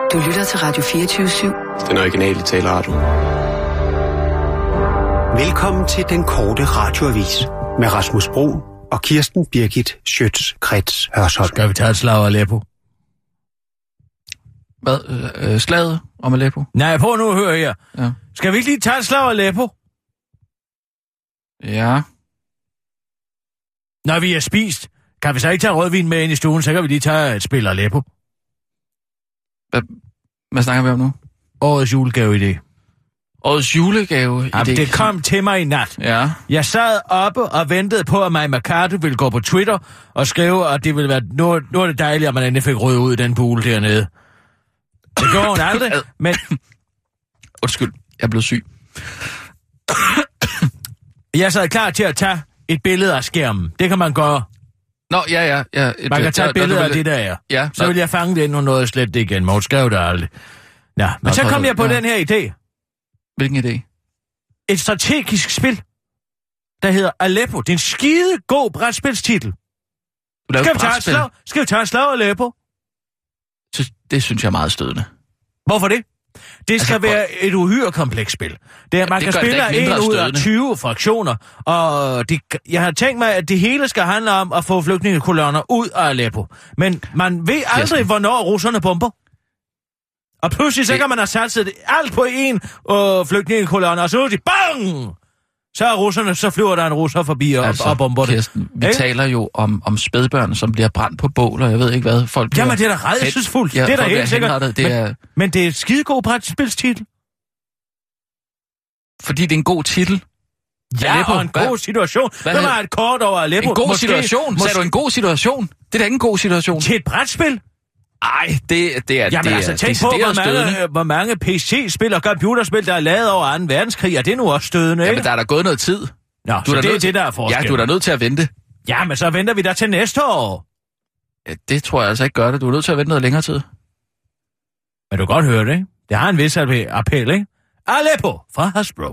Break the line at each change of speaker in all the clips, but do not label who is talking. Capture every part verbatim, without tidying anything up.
Du lytter til Radio fireogtyve syv.
Den originale taleradio.
Velkommen til den korte radioavis med Rasmus Broen og Kirsten Birgit Schøtz-Krets Hørsholm.
Skal vi tage et slag af Aleppo?
Hvad? Øh, øh, slaget om Aleppo?
Nej, på nu hører jeg.
Ja.
Skal vi ikke lige tage et slag af Aleppo?
Ja.
Når vi er spist, kan vi så ikke tage rødvin med ind i stuen, så kan vi lige tage et spil af Aleppo.
Hvad, hvad snakker vi om nu?
Årets julegave-idé.
Årets julegave-idé?
Jamen, det kom til mig i nat.
Ja.
Jeg sad oppe og ventede på, at Maja Mercado ville gå på Twitter og skrive, at det ville være noget, noget af det dejlige, at man endelig fik røget ud i den pool dernede. Det gjorde hun aldrig, men...
Undskyld, jeg er blevet syg.
Jeg sad klar til at tage et billede af skærmen. Det kan man gøre.
Nå, ja, ja. ja et,
man kan tage et billede af det, der er.
Ja,
så vil jeg fange det ind og noget slet det igen. Må skrev det aldrig. Ja, men nå, så kom jeg på ja. den her idé.
Hvilken idé?
Et strategisk spil, der hedder Aleppo. Det er en skide god brætspilstitel. Skal vi tage et slag? Skal vi tage et slag af Aleppo?
Det synes jeg er meget stødende.
Hvorfor det? Det skal altså, være et uhyre komplekst spil. Det er, man det kan spille en ud af tyve fraktioner, og det, jeg har tænkt mig, at det hele skal handle om at få flygtningekolonner ud af Aleppo. Men man ved aldrig, hvornår russerne bomber. Og pludselig så kan man have satset alt på en øh, flygtningekolonne, og så er de bang! Så er russerne, så flyver der en russer forbi og, altså, og bomber det.
Kirsten, vi eh? taler jo om, om spædbørn, som bliver brændt på bål, og jeg ved ikke hvad folk bliver...
Jamen, det er da rædselsfuldt.
Ja,
det er da helt sikkert. Det men,
er...
men det er et skidegod brætspilstitel.
Fordi det er en god titel.
Ja, Aleppo. Og en god situation. Hvad der var et kort over Aleppo.
En god måske, situation?
Måske...
Sagde du en god situation? Det er da ikke en god situation.
Til et brætspil?
Ej, det, det er...
Jamen
det
altså,
er,
tænk på, hvor mange, hvor mange P C-spil og computerspil, der er lavet over anden verdenskrig, og det er nu også stødende, ikke?
Jamen, der er der gået noget tid.
Nå, du så er det er det, der er forskel.
Ja, du er da nødt til at vente.
Ja, men så venter vi der til næste år.
Ja, det tror jeg altså ikke gør det. Du er nødt til at vente noget længere tid.
Men du kan godt høre det, ikke? Det har en vis appel, ikke? Aleppo fra Hasbro.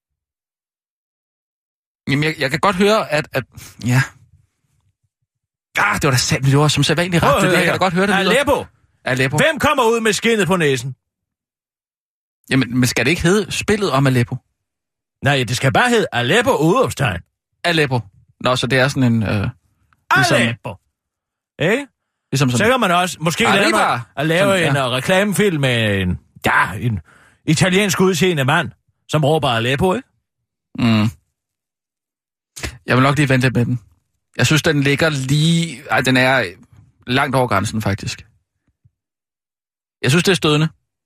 Jamen, jeg, jeg kan godt høre, at... at ja... Ah, det var da sandt, det var som sædvanligt ret. Det, jeg kan da godt høre det.
Aleppo.
Aleppo.
Hvem kommer ud med skinnet på næsen?
Jamen, men skal det ikke hedde spillet om Aleppo?
Nej, det skal bare hedde Aleppo udopstegn.
Aleppo. Nå, så det er sådan en... Øh,
ligesom, Aleppo. Ikke?
Ligesom sådan...
Så kan man også måske lave, noget, at lave sådan, en ja. reklamefilm med en, ja, en italiensk udseende mand, som råber Aleppo, ikke?
Mm. Jeg vil nok lige vente med den. Jeg synes, den ligger lige... Ej, den er langt over grænsen, faktisk. Jeg synes, det er stødende.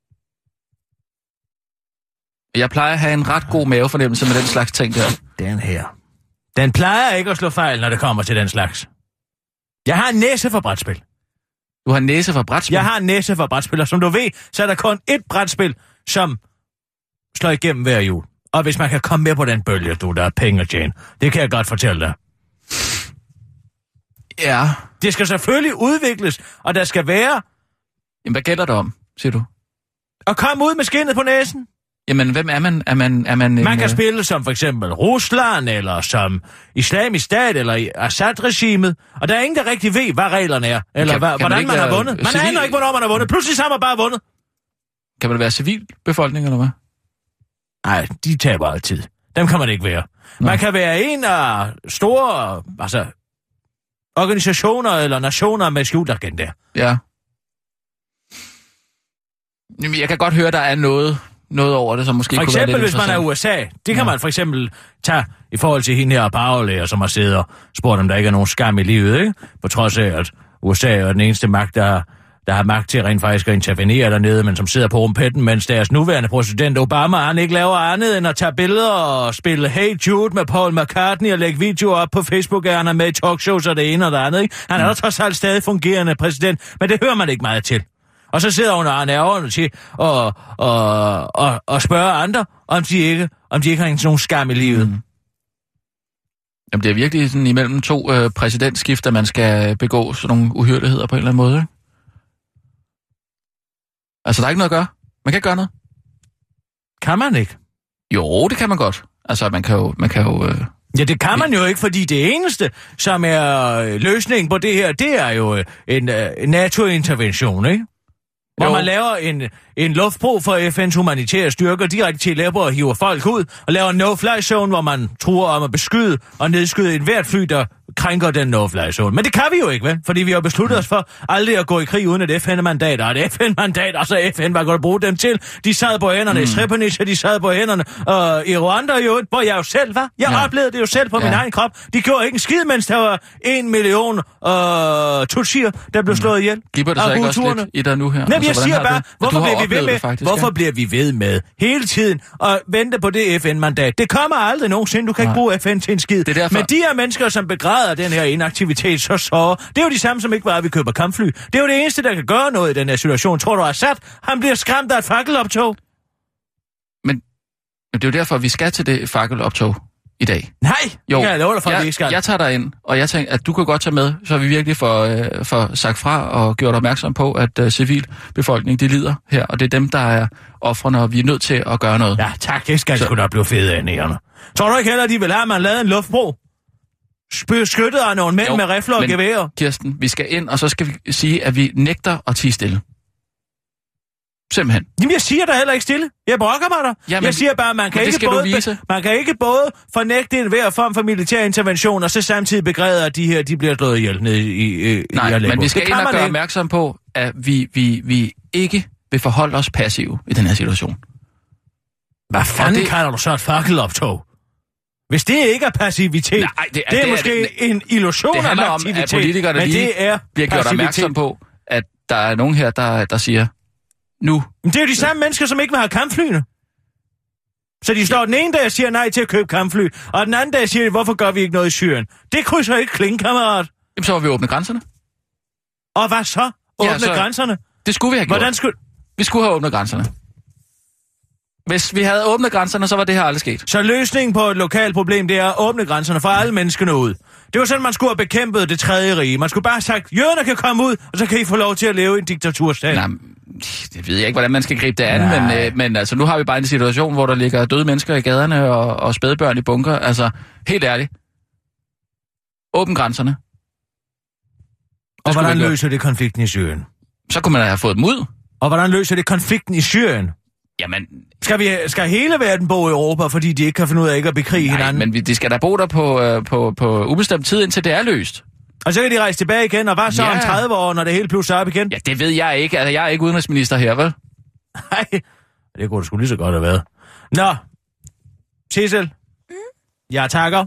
Jeg plejer at have en ret god mavefornemmelse med den slags ting der.
Den her. Den plejer ikke at slå fejl, når det kommer til den slags. Jeg har en næse for brætspil.
Du har en næse for brætspil?
Jeg har en næse for brætspil, og som du ved, så er der kun ét brætspil, som slår igennem hver jul. Og hvis man kan komme med på den bølge, du, der er penge at tjene, det kan jeg godt fortælle dig.
Ja.
Det skal selvfølgelig udvikles, og der skal være...
Jamen, hvad gælder det om, siger du?
At komme ud med skinnet på næsen.
Jamen, hvem er man? Er man, er man,
man
en,
kan spille som for eksempel Rusland, eller som Islamisk Stat, eller Assad-regimet, og der er ingen, der rigtig ved, hvad reglerne er, eller kan, hvad, kan hvordan man, man har vundet. Man civil... aner ikke, hvornår man har vundet. Pludselig så har man bare vundet.
Kan man være civilbefolkning, eller hvad?
Nej, de taber altid. Dem kan man ikke være. Nå. Man kan være en af store, altså, organisationer eller nationer med skjult agenda.
Ja. Jamen, jeg kan godt høre, der er noget... noget over det, som måske
for
kunne være lidt
hvis man er U S A, det kan ja. man for eksempel tage i forhold til hende her Baglæger, som har siddet og spurgt, om der ikke er nogen skam i livet, ikke? På trods af, at U S A er den eneste magt, der, der har magt til rent faktisk at intervenere dernede, men som sidder på rumpetten, mens deres nuværende præsident Obama, han ikke laver andet end at tage billeder og spille Hey Jude med Paul McCartney og lægge videoer op på Facebook, er han er med i talkshows og det ene og det andet, ikke? Han er mm. da trods alt stadig fungerende præsident, men det hører man ikke meget til. Og så sidder hun og har nerverne til og, og, og, og spørger andre, om de ikke, om de ikke har nogen skam i livet. Mm.
Jamen, det er virkelig sådan imellem to øh, præsidentskifter, man skal begå sådan nogle uhyrligheder på en eller anden måde, ikke? Altså, der er ikke noget at gøre. Man kan ikke gøre noget.
Kan man ikke?
Jo, det kan man godt. Altså, man kan jo... Man kan jo øh...
Ja, det kan man jo ikke, fordi det eneste, som er løsningen på det her, det er jo en, en NATO-intervention, ikke? Hvor
Jo.
man laver en, en luftbro for F N's humanitære styrker direkte til Aleppo og hiver folk ud, og laver en no-fly zone, hvor man truer om at beskyde og nedskyde et hvert fly, der krænker den no-fly zone. Men det kan vi jo ikke, vel? Fordi vi har besluttet os for aldrig at gå i krig uden et F N-mandat, og et F N-mandat, og så F N, hvad kan du bruge dem til? De sad på hænderne mm. i Srebrenica, de sad på hænderne og i Rwanda jo, hvor jeg jo selv var. Jeg ja. oplevede det jo selv på ja. min egen krop. De gjorde ikke en skid, mens der var en million øh, tutsier, der blev slået ihjel.
Giver det så ikke også lidt i dig nu her?
Nej, altså, jeg siger bare, hvorfor bliver vi ved med,
faktisk,
hvorfor
ja?
bliver vi ved med hele tiden at vente på det F N-mandat? Det kommer aldrig nogensinde. Du kan Nej. ikke bruge F N til en skid.
Det er derfor...
Men de her mennesker, som begræder den her inaktivitet så så, det er jo de samme, som ikke bare vil købe kampfly. Det er jo det eneste, der kan gøre noget i den her situation. Tror du, Assad, han bliver skræmt af et fakkeloptog?
Men, men det er jo derfor, vi skal til det fakkeloptog i dag.
Nej,
jo,
det kan jeg love dig for,
jeg,
at vi ikke skal.
Jeg tager dig ind, og jeg tænker, at du kan godt tage med, så vi virkelig får, øh, får sagt fra og gjort opmærksom på, at øh, civilbefolkningen, de lider her, og det er dem, der er ofrene, og vi er nødt til at gøre noget.
Ja, tak, det skal sgu da blive fedt af nærende. Tror du ikke heller, at de vil have, at man lavede en luftbro? Skyttet af nogle mænd jo, med rifler og geværer?
Kirsten, vi skal ind, og så skal vi sige, at vi nægter at tie stille. Simpelthen.
Jamen, jeg siger da heller ikke stille. Jeg brokker mig der. Jamen, jeg siger bare, at man kan, ikke både, man kan ikke både fornægte en hver form for militær intervention, og så samtidig begræde, at de her de bliver slået ihjel ned i, i,
Nej,
i Aleppo.
men vi skal ind og gøre ikke. opmærksom på, at vi, vi, vi ikke vil forholde os passive i den her situation.
Hvad fanden det... kalder du så et fakkeloptog? Hvis det ikke er passivitet,
Nej, det, er,
det er
det
måske
er,
en illusion
det handler
af
om, at politikerne
men
lige
det er
bliver gjort opmærksom på, at der er nogen her, der, der siger, nu...
Men det er jo de samme mennesker, som ikke vil have kampflyene. Så de står den ene dag og siger nej til at købe kampfly, og den anden dag siger, hvorfor gør vi ikke noget i Syrien? Det krydser ikke klinge, kammerat.
Jamen, så må vi åbne grænserne.
Og hvad så? Åbne ja, så... grænserne?
Det skulle vi have gjort.
Hvordan skulle...
Vi skulle have åbnet grænserne. Hvis vi havde åbnet grænserne, så var det her aldrig sket.
Så løsningen på et lokalt problem, det er at åbne grænserne for alle menneskerne ud. Det var sådan, man skulle have bekæmpet det tredje rige. Man skulle bare have sagt, jøderne kan komme ud, og så kan I få lov til at leve i en diktaturstat.
Nej, det ved jeg ikke, hvordan man skal gribe det an, men, øh, men altså, nu har vi bare en situation, hvor der ligger døde mennesker i gaderne og, og spædbørn i bunker. Altså, helt ærligt. Åbn grænserne.
Og hvordan løser det konflikten i Syrien?
Så kunne man have fået dem ud.
Og hvordan løser det konflikten i Syrien?
Jamen...
Skal, vi, skal hele verden bo i Europa, fordi de ikke kan finde ud af ikke at bekrige
Nej,
hinanden?
men vi, de skal da bo der på, øh, på, på ubestemt tid, indtil det er løst.
Og så kan de rejse tilbage igen, og hvad så ja. om tredive år, når det hele plusser op igen?
Ja, det ved jeg ikke. Altså, jeg er ikke udenrigsminister her, vel?
Nej, det kunne det sgu lige så godt have været. Nå, Cecil. Mm? Jeg takker.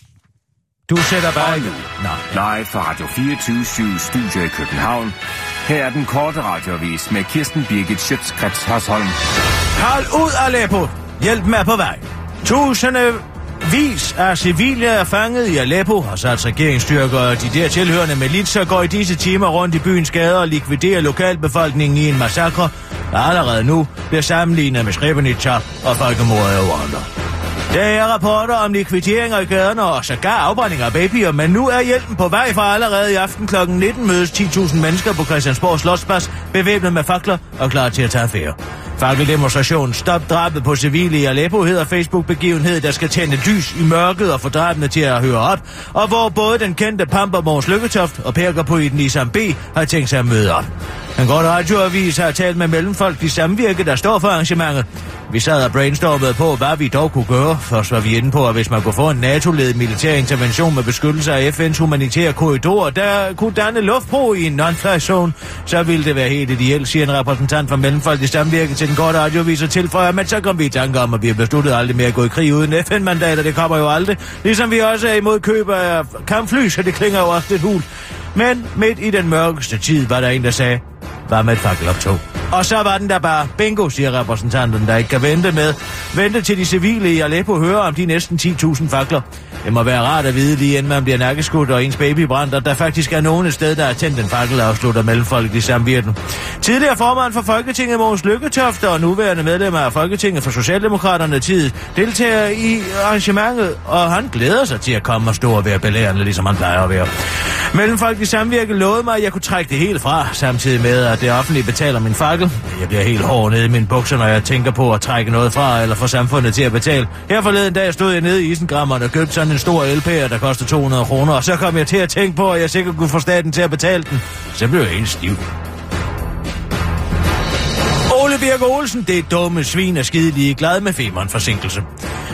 Du sætter bare...
nu, live fra Radio fireogtyve syv Studio i København. Her er den korte radioavis med Kirsten Birgit Schøtz-Krets Hørsholm.
Hold ud, Aleppo! Hjælp med på vej. Tusinde vis af civile er fanget i Aleppo, og Assads regeringsstyrker og de der tilhørende militser går i disse timer rundt i byens gader og likviderer lokalbefolkningen i en massakre, der allerede nu bliver sammenlignet med Srebrenica og folkemordet i Rwanda. Der er rapporter om likvideringer i gaderne og sågar afbrændinger af babyer, men nu er hjælpen på vej, fra allerede i aften klokken nitten mødes ti tusind mennesker på Christiansborg Slotsplads, bevæbnet med fakler og klar til at tage affære. Fakkeldemonstrationen Stop drabet på civile i Aleppo hedder Facebook-begivenhed, der skal tænde lys i mørket og få drabene til at høre op, og hvor både den kendte pamper Mogens Lykketoft og perkerpoeten Isam B. har tænkt sig at møde op. Den korte radioavis har talt med Mellemfolkeligt Samvirke, der står for arrangementet. Vi sad og brainstormede på, hvad vi dog kunne gøre. Først var vi inde på, at hvis man kunne få en NATO-ledet militær intervention med beskyttelse af F N's humanitære korridor, der kunne danne luftbro i en non-fly zone, så ville det være helt ideelt, siger en repræsentant fra Mellemfolkeligt Samvirke til den korte radioavis og tilføjer, men så kom vi i tanke om, at vi har besluttet aldrig mere at gå i krig uden F N-mandater. Det kommer jo aldrig. Ligesom vi også er imod køb af kampfly, så det klinger jo også lidt hul. Men midt i den mørkeste tid var der en, der sagde, bare med et fakkeloptog. Og så var den der bare bingo, siger repræsentanten, der ikke kan vente med. Vente til de civile i Aleppo hører om de næsten ti tusind fakler. Det må være rart at vide lige inden man bliver nakkeskudt og ens baby brændt, at der faktisk er nogen et sted, der har tændt en fakkel, afslutter Mellemfolkeligt Samvirke. Tidligere formand for Folketinget Mogens Lykketoft og nuværende medlemmer af Folketinget for Socialdemokraterne tid deltager i arrangementet, og han glæder sig til at komme og stå og være belærende, ligesom han plejer at være. Mellemfolkeligt Samvirke lovede mig, at jeg kunne trække det helt fra, samtidig med, at det offentlige betaler min fakkel. Jeg bliver helt hård nede i mine bukser, når jeg tænker på at trække noget fra, eller få samfundet til at betale. Her forleden dag stod jeg nede i isengrammeren og købte sådan en stor L P'er, der koster to hundrede kroner, og så kom jeg til at tænke på, at jeg sikkert kunne få staten til at betale den. Så blev jeg helt stiv. Birk Olesen, det dumme svin er skide lige glad med Femern-forsinkelse.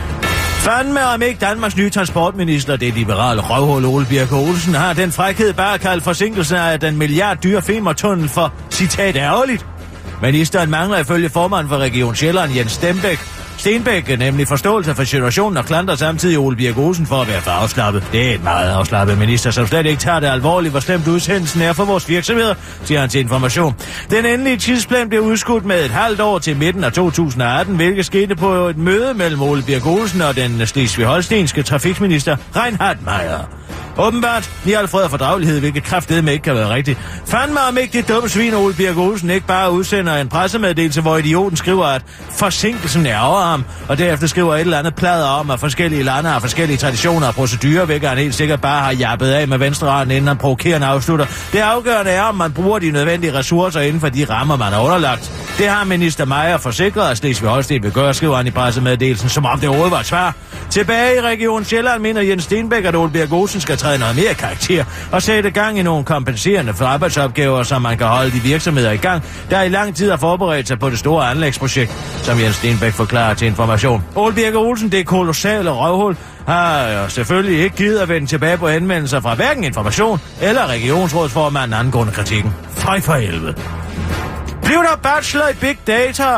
Fandme om ikke Danmarks nye transportminister, det liberale røvhul Ole Birk Olesen, har den frækhed bare kaldt forsinkelse af den milliarddyre Femern-tunnel for, citat, ærgerligt. Ministeren mangler ifølge formand for Region Sjælland, Jens Stenbæk, Stenbæk, nemlig forståelse for situationen og klandrer samtidig Ole Birk Olesen for at være for afslappet. Det er et meget afslappet minister, som slet ikke tager det alvorligt, hvor slemt udsendelsen er for vores virksomheder, siger han til Information. Den endelige tidsplan bliver udskudt med et halvt år til midten af to tusind og atten, hvilket skete på et møde mellem Ole Birk Olesen og den slesvig-holstenske trafikminister Reinhard Meyer. Åbenbart, i al fred og fordragelighed, hvilket kraftedeme ikke kan være rigtigt. Fandme om ikke det dumme svin Ole Birk Olesen ikke bare udsender en pressemeddelelse, hvor idioten skriver, at forsinkelsen er over ham, og derefter skriver et eller andet plader om, at forskellige lande har forskellige traditioner og procedurer, hvilket han helt sikkert bare har jappet af med venstre hånd, inden han provokerende afslutter. Det afgørende er, om man bruger de nødvendige ressourcer inden for de rammer, man har underlagt. Det har minister Meyer forsikret, at Slesvig-Holsten vil gøre, skriver han i pressemeddelelsen, som om det overhovedet var et svar. Tilbage i Region Sjælland mener Jens Stenbæk, at Ole Birk Olesen skal træde noget mere karakter og sætte gang i nogle kompenserende for arbejdsopgaver, som man kan holde de virksomheder i gang, der i lang tid har forberedt sig på det store anlægsprojekt, som Jens Stenbæk forklarer til Information. Ole Birk Olsen, det kolossale røvhul, har selvfølgelig ikke givet at vende tilbage på henvendelser fra hverken Information eller regionsrådsformanden angående kritikken. Fej for helvede. Bliv der bachelor i Big Data!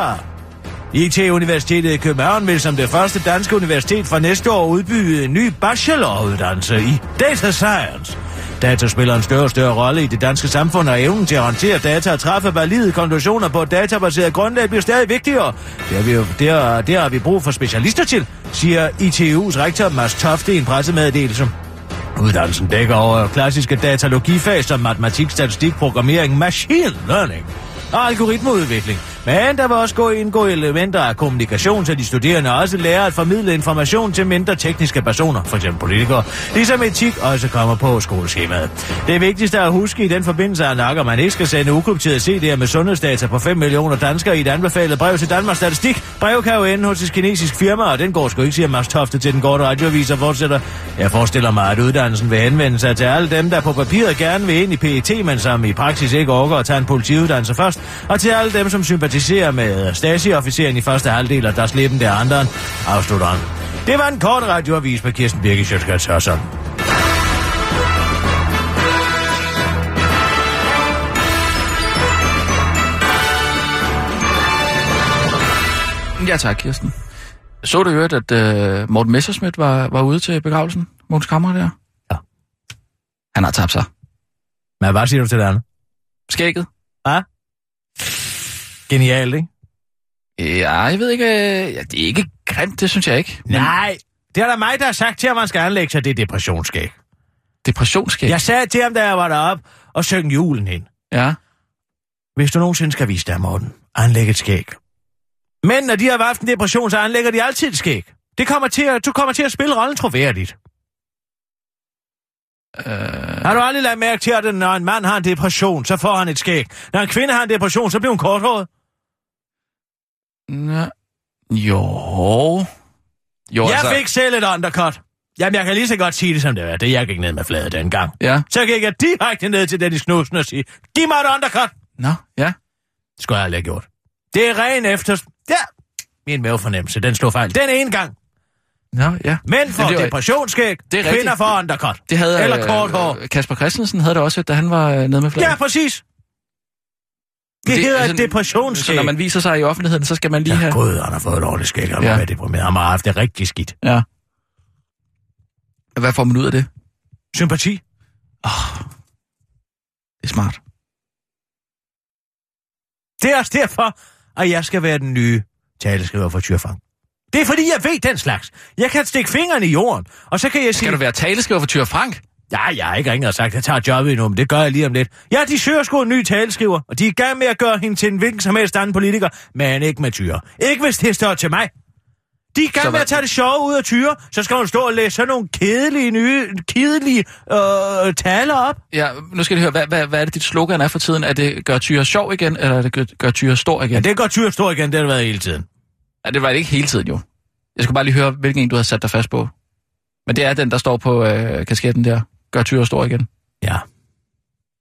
I T-universitetet i København vil som det første danske universitet fra næste år udbyde en ny bacheloruddannelse i Data Science. Data spiller en større og større rolle i det danske samfund, og evnen til at håndtere data og træffe valide konklusioner på et databaseret grundlag bliver stadig vigtigere. Det har vi, jo, det har, det har vi brug for specialister til, siger I T U's rektor Mads Tofte i en pressemeddelelse. Uddannelsen dækker over klassiske datalogifag som matematik, statistik, programmering, machine learning og algoritmeudvikling. Men der vil også gå indgå elementer af kommunikation, så de studerende også lærer at formidle information til mindre tekniske personer, f.eks. politikere, ligesom etik også kommer på skoleskemaet. Det vigtigste at huske i den forbindelse er nok, at man ikke skal sende ukrypterede C D'er med sundhedsdata på fem millioner danskere i et anbefalet brev til Danmarks Statistik. Brev kan jo ende hos et kinesisk firma, og den går sgu ikke, siger Mads Tofte til den korte radioavis og fortsætter. Jeg forestiller mig, at uddannelsen vil henvende sig til alle dem, der på papiret gerne vil ind i P E T, men som i praksis ikke orker at tage en politiuddannelse først, og til alle dem, som sympatiserer med Stasi-officeren i første halvdel af deres leben der andre, afslutter han. Det var en kort radioavis med Kirsten Birgit Schøtz-Krets Hørsholm.
Ja tak, Kirsten. Så du hørt, at uh, Morten Messerschmidt var, var ude til begravelsen? Mogens Kammerer der?
Ja.
Han har tabt sig.
Men hvad siger du til det andet?
Skægget?
Ja. Genialt, ikke?
Ja, jeg ved ikke... Ja, det er ikke grimt, det synes jeg ikke.
Men... Nej, det er der mig, der har sagt til, at man skal anlægge sig det depressionsskæg.
Depressionsskæg?
Jeg sagde til ham, da jeg var deroppe og søgte julen ind.
Ja.
Hvis du nogensinde skal vise dig, Morten, anlæg et skæg. Men når de har haft en depression, så anlægger de altid et skæg. Det kommer til at, du kommer til at spille rollen troværdigt. Uh... Har du aldrig lagt mærke til, at når en mand har en depression, så får han et skæg? Når en kvinde har en depression, så bliver hun korthåret?
Nå. Jo. jo
jeg
altså...
fik selv et undercut. Jamen, jeg kan lige så godt sige det, som det er. Det jeg gik ned med flade dengang.
Ja.
Så gik jeg direkte ned til Dennis Knudsen og sige, giv mig et undercut.
Nå, ja.
Det skulle jeg aldrig have gjort. Det er ren efter... Ja, min mavefornemmelse, den slog fejl. Den ene gang.
Nå, ja.
Mænd får
det var...
depressionsskæg, kvinder får undercut.
Det havde,
eller kort hår.
Øh, Kasper Christensen havde det også, da han var nede med flade.
Ja, præcis. Det, det hedder altså, et depressionsskæg.
Så når man viser sig i offentligheden, så skal man lige
ja,
have...
Ja, gud, han har fået et ordentligt skæg. Han ja. var deprimeret. Han har haft det rigtig skidt.
Ja. Hvad får man ud af det?
Sympati.
Åh, oh, det er smart.
Det er også derfor, at jeg skal være den nye taleskriver for Thyra-Frank. Det er fordi, jeg ved den slags. Jeg kan stikke fingrene i jorden, og så kan jeg sige...
Skal du være taleskriver for Thyra-Frank?
Ja, jeg har ikke ringet og sagt, at jeg tager jobbet endnu, men det gør jeg lige om lidt. Ja, de søger sgu en ny taleskriver, og de er i gang med at gøre hende til en hvilken som helst anden politiker, men ikke med Thyra. Ikke hvis det står til mig. De er i gang så med hvad? At tage det sjove ud af Thyra, så skal hun stå og læse sådan nogle kedelige, nye, kedelige øh, taler op.
Ja, nu skal jeg høre, hvad, hvad, hvad er det, dit slogan er for tiden? Er det gør Thyra sjov igen, eller er det gør, gør Thyra stor igen?
Ja, det gør Thyra stor igen, det har det været hele tiden.
Ja, det var det ikke hele tiden jo. Jeg skulle bare lige høre, hvilken en du har sat dig fast på. Men det er den, der står på øh, kasketten der. Gør Thyra stor igen.
Ja.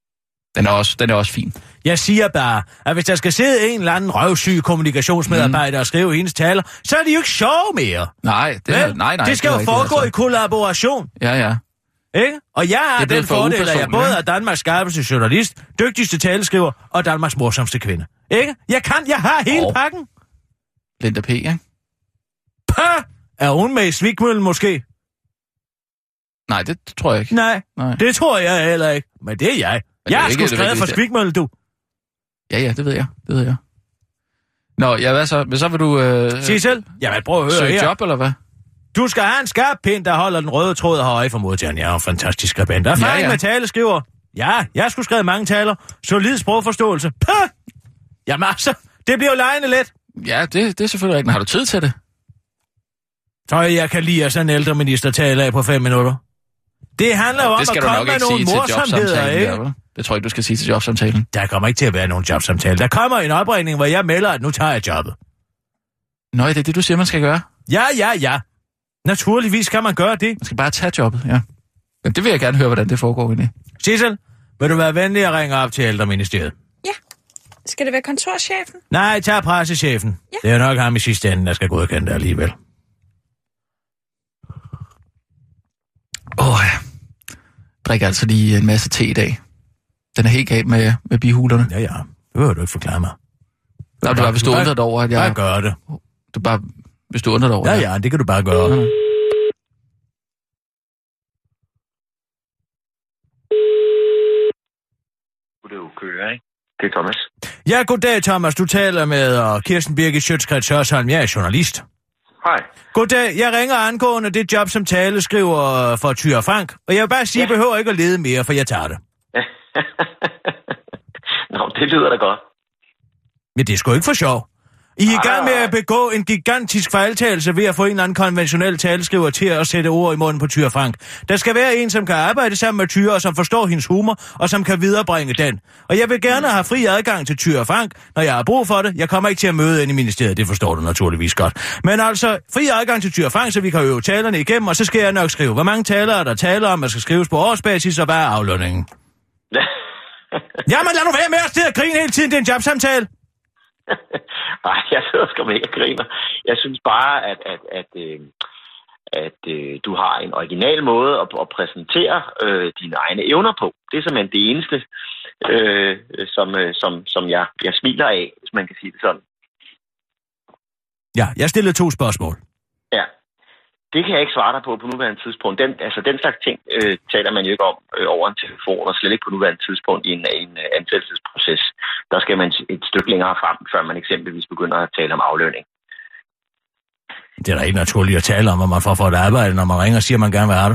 Den er også, den er også fin.
Jeg siger bare, at hvis der skal sidde en eller anden røvsyg kommunikationsmedarbejder mm. og skrive hendes taler, så er de jo ikke sjove mere.
Nej, det, er, nej, nej,
det skal
det
jo foregå
altså.
i kollaboration.
Ja, ja.
Ikke? Og jeg er den fordel, at jeg både er Danmarks skarpeste journalist, dygtigste taleskriver og Danmarks morsomste kvinde. Ikke? Jeg kan, jeg har hele oh. pakken.
Linda P, ikke?
Pah! Er hun med i Svikmøllen måske?
Nej, det tror jeg ikke.
Nej, Nej, det tror jeg heller ikke. Men det er jeg. Men jeg er sgu skrevet for Svikmøllen, du.
Ja, ja, det ved jeg. Det ved jeg. Nå, ja, hvad så? Men så vil du... Øh,
Sig selv. Jamen, prøv at høre
søge
her.
job, eller hvad?
Du skal have en skarp pind, der holder den røde tråd og har øje for modtageren. Jeg er en fantastisk skribent. Erfaring ja, ja. med taleskriver. Ja, jeg skulle skrive mange taler. Solid sprogforståelse. Pah! Jamen altså, det bliver jo lejende let.
Ja, det, det er selvfølgelig rigtigt. Har du tid til det?
Så jeg kan lide, at sådan en ældre minister taler af på fem minutter. Det handler jo om at komme med nogle morsomheder, ikke?
Der, det tror jeg ikke, du skal sige til jobsamtalen.
Der kommer ikke til at være nogen jobsamtale. Der kommer en opringning, hvor jeg melder, at nu tager jeg jobbet.
Nå, det er det, du siger, man skal gøre?
Ja, ja, ja. Naturligvis kan man gøre det.
Man skal bare tage jobbet, ja. Jamen, det vil jeg gerne høre, hvordan det foregår egentlig.
Sissel, vil du være venlig at ringe op til ældreministeriet?
Ja. Skal det være kontorchefen?
Nej, tag pressechefen.
Ja.
Det er nok ham i sidste ende, der skal godkende det alligevel.
Åh, oh, ja. Drikker altså lige en masse te i dag. Den er helt galt med, med bihulerne.
Ja, ja. Det behøver du ikke forklare mig.
Nå, du bare, hvis du undrer dig over, at jeg...
Bare gør det.
Du bare... Hvis du undrer dig over
ja,
det.
Ja, det kan du bare gøre. Mm.
Goddag, ikke? Det er Thomas.
Ja, goddag, Thomas. Du taler med uh, Kirsten Birgit Schøtzgrads Hørsholm. Jeg er journalist.
Hej.
Goddag. Jeg ringer angående det job, som taleskriver for Thyra Frank. Og jeg vil bare sige, at ja. jeg behøver ikke at lede mere, for jeg tager det.
Nå, det lyder da godt.
Men det er sgu ikke for sjov. I er i gang med at begå en gigantisk fejltagelse ved at få en eller anden konventionel taleskriver til at sætte ord i munden på Thyra Frank. Der skal være en, som kan arbejde sammen med Thyra, og som forstår hendes humor, og som kan viderebringe den. Og jeg vil gerne have fri adgang til Thyra Frank, når jeg har brug for det. Jeg kommer ikke til at møde ind i ministeriet, det forstår du naturligvis godt. Men altså, fri adgang til Thyra Frank, så vi kan øve talerne igennem, og så skal jeg nok skrive. Hvor mange talere er der taler om, at skal skrives på årsbasis, og hvad er aflønningen? Jamen lad nu være med at stille og grine hele tiden, det er en jobsamtale.
Nej, jeg sidder sgu ikke og griner. Jeg synes bare, at, at, at, øh, at øh, du har en original måde at, at præsentere øh, dine egne evner på. Det er simpelthen det eneste, øh, som, øh, som, som jeg, jeg smiler af, hvis man kan sige det sådan.
Ja, jeg stillede to spørgsmål.
Ja, det kan jeg ikke svare dig på på nuværende tidspunkt. Den, altså, den slags ting øh, taler man jo ikke om øh, over en telefon, og slet ikke på nuværende tidspunkt i en, en uh, ansættelsesproces. Der skal man et stykke længere frem, før man eksempelvis begynder at tale om aflønning.
Det er da ikke naturligt at tale om, at man får for et arbejde, når man ringer og siger, at man gerne vil have det.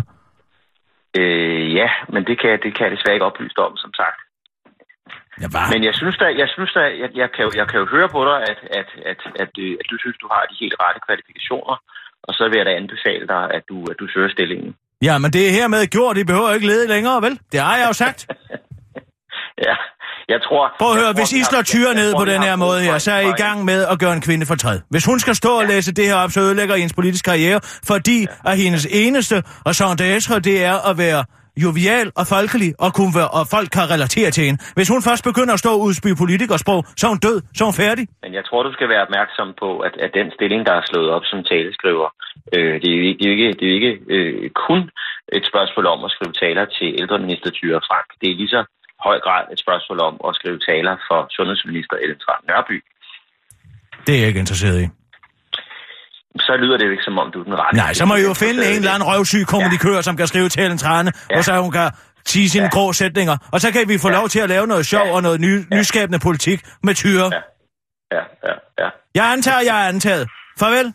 Øh, ja, men det kan, det kan jeg desværre ikke oplyse om, som sagt.
Ja, bare.
Men jeg synes da, jeg, synes da, jeg, jeg, kan, jeg kan jo høre på dig, at, at, at, at, at du synes, du har de helt rette kvalifikationer. Og så vil jeg da anbefale dig, at du, at du søger stillingen.
Ja, men det er hermed gjort. I behøver ikke lede længere, vel? Det har jeg jo sagt.
Ja, jeg tror...
Prøv at høre,
tror,
hvis I slår Thyra ned på den her måde her, så er I i gang med at gøre en kvinde fortræd. Hvis hun skal stå og læse det her op, så ødelægger hendes politisk karriere, fordi ja. at hendes eneste og sondage, det er at være jovial og folkelig, og, kunne være, og folk kan relatere til hende. Hvis hun først begynder at stå og udspy politikersprog, så er hun død, så er hun færdig.
Men jeg tror, du skal være opmærksom på, at, at den stilling, der er slået op som taleskriver, øh, det er jo ikke, det er jo ikke, det er jo ikke øh, kun et spørgsmål om at skrive taler til ældreminister Thyra Frank. Det er lige så høj grad et spørgsmål om at skrive taler for sundhedsminister Ellen Trane Nørby.
Det er jeg ikke interesseret i.
Så lyder det jo ikke, som om du er den rette.
Nej, så må I jo finde en eller anden røvsyg kommunikør, ja. som kan skrive til Ellen Trane, ja. og så hun kan sige sine ja. grå sætninger. Og så kan vi få ja. lov til at lave noget sjov ja. og noget ny, ja. nyskabende politik med Thyra.
Ja. ja, ja, ja.
Jeg antager, jeg er antaget. Farvel.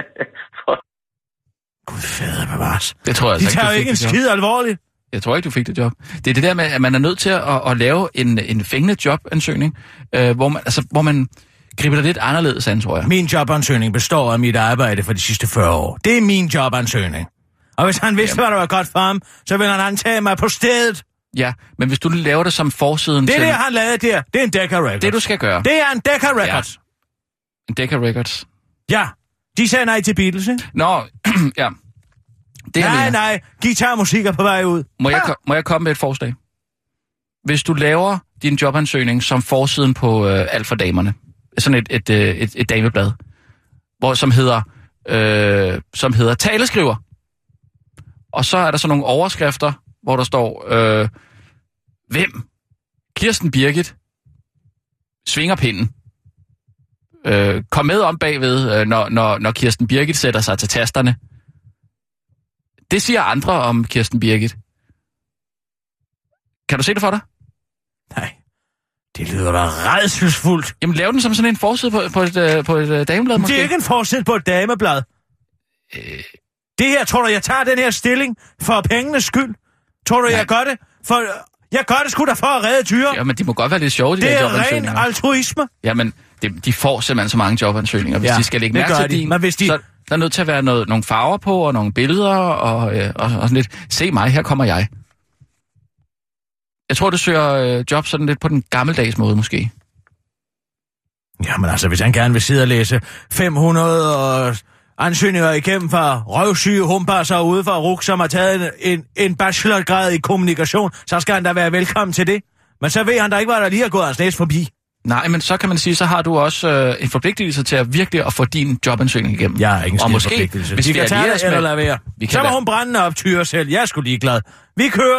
Gud fader bevares.
Det tror jeg altså
De tager jo ikke en skid alvorligt.
Jeg tror ikke, du fik det job. Det er det der med, at man er nødt til at, at lave en, en fængende jobansøgning, øh, hvor man, altså, hvor man griber det lidt anderledes an, tror jeg.
Min jobansøgning består af mit arbejde for de sidste fyrre år. Det er min jobansøgning. Og hvis han vidste, Jamen. hvad der var godt for ham, så ville han antage mig på stedet.
Ja, men hvis du laver det som forsiden
til... Det er
til...
det, han lavede der. Det er en Decca Records.
Det, du skal gøre.
Det er en Decca Records.
Ja. En Decca Records.
Ja, de sagde nej til Beatles, ikke?
Nå, ja. Det
nej, nej, guitarmusik er på vej ud.
Må jeg, må jeg komme med et forslag? hvis du laver din jobansøgning som forsiden på øh, Alt for damerne, sådan et, et, et, et, et dameblad, hvor, som hedder, øh, som hedder taleskriver. Og så er der sådan nogle overskrifter, hvor der står, øh, hvem? Kirsten Birgit svinger pinden. Øh, kom med om bagved, øh, når, når, når Kirsten Birgit sætter sig til tasterne. Det siger andre om Kirsten Birgit. Kan du se det for dig?
Nej. Det lyder da rædselsfuldt.
Jamen, lav den som sådan en forside på, på et, på et dameblad, måske?
Det er ikke en forside på et dameblad. Øh... Det her, tror du, jeg tager den her stilling for pengenes skyld? Tror du, Nej. jeg gør det? For... Jeg gør det sgu da for at redde tyre.
Jamen, de må godt være lidt sjove, de
det
der jobansøgninger.
Det er ren altruisme.
Jamen, de, de får simpelthen så mange jobansøgninger. Hvis ja, de skal lægge mærke til din, de... så der er nødt til at være noget, nogle farver på, og nogle billeder, og, øh, og, og sådan lidt. Se mig, her kommer jeg. Jeg tror, du søger øh, job sådan lidt på den gammeldags måde, måske.
Jamen altså, hvis han gerne vil sidde og læse fem hundrede og ansøgninger igennem fra røvsyge humpasser ude fra R U C, som har taget en, en, en bachelorgrad i kommunikation, så skal han da være velkommen til det. Men så ved han da ikke, hvad der lige har gået hans næse forbi.
Nej, men så kan man sige, så har du også øh, en forpligtelse til at virkelig at få din jobansøgning igennem.
Jeg har ikke en
måske,
forpligtelse.
Hvis
vi
vi
kan tage det eller lade være. Så må hun brænde op tyre selv. Jeg er sgu ligeglad. Vi kører.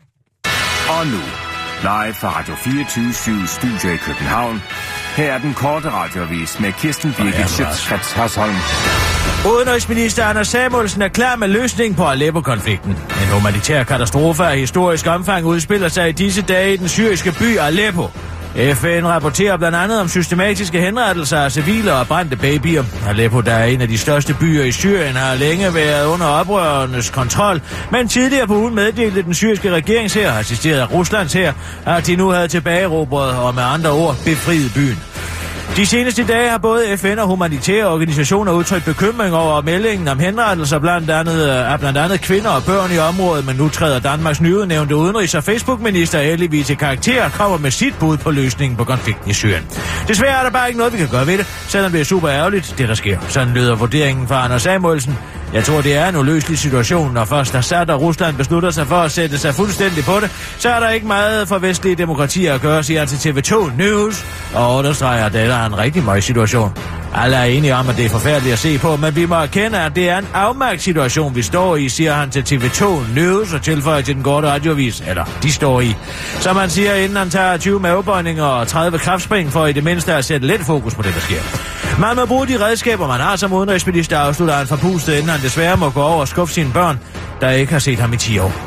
Og nu, live fra Radio fireogtyve syv Studio i København. Her er den korte radioavis med Kirsten Birgit Schøtz-Krets Hasholm.
Udenrigsminister Anders Samuelsen er klar med løsning på Aleppo-konflikten. En humanitær katastrofe af historisk omfang udspiller sig i disse dage i den syriske by Aleppo. F N rapporterer blandt andet om systematiske henrettelser af civile og brændte babyer. Aleppo, der er en af de største byer i Syrien, har længe været under oprørernes kontrol, men tidligere på ugen meddelte den syriske regeringshær, assisteret af Ruslands hær, at de nu havde tilbageerobret og med andre ord befriet byen. De seneste dage har både F N og humanitære organisationer udtrykt bekymring over meldingen om henrettelser blandt andet, af blandt andet kvinder og børn i området, men nu træder Danmarks nyudnævnte udenrigs- og Facebook-minister heldigvis til karakter kommer med sit bud på løsningen på konflikten i Syrien. Desværre er der bare ikke noget, vi kan gøre ved det, selvom det er super ærgerligt, det der sker. Sådan lyder vurderingen fra Anders Samuelsen. Jeg tror, det er en uløselig situation, når først Assad og Rusland beslutter sig for at sætte sig fuldstændig på det, så er der ikke meget for vestlige demokratier at gøre, siger han til T V to News, og understreger, at det er en rigtig møg situation. Alle er enige om, at det er forfærdeligt at se på, men vi må erkende, at det er en afmagtssituation, vi står i, siger han til T V to News og tilføjer til den korte radioavis, eller de står i. Som han siger, inden han tager tyve mavebøjninger og tredive kraftspring for i det mindste at sætte lidt fokus på det, der sker. Man må bruge de redskaber, man har som udenrigsminister, afslutter han forpustet, inden han desværre må gå over og skuffe sine børn, der ikke har set ham i ti år.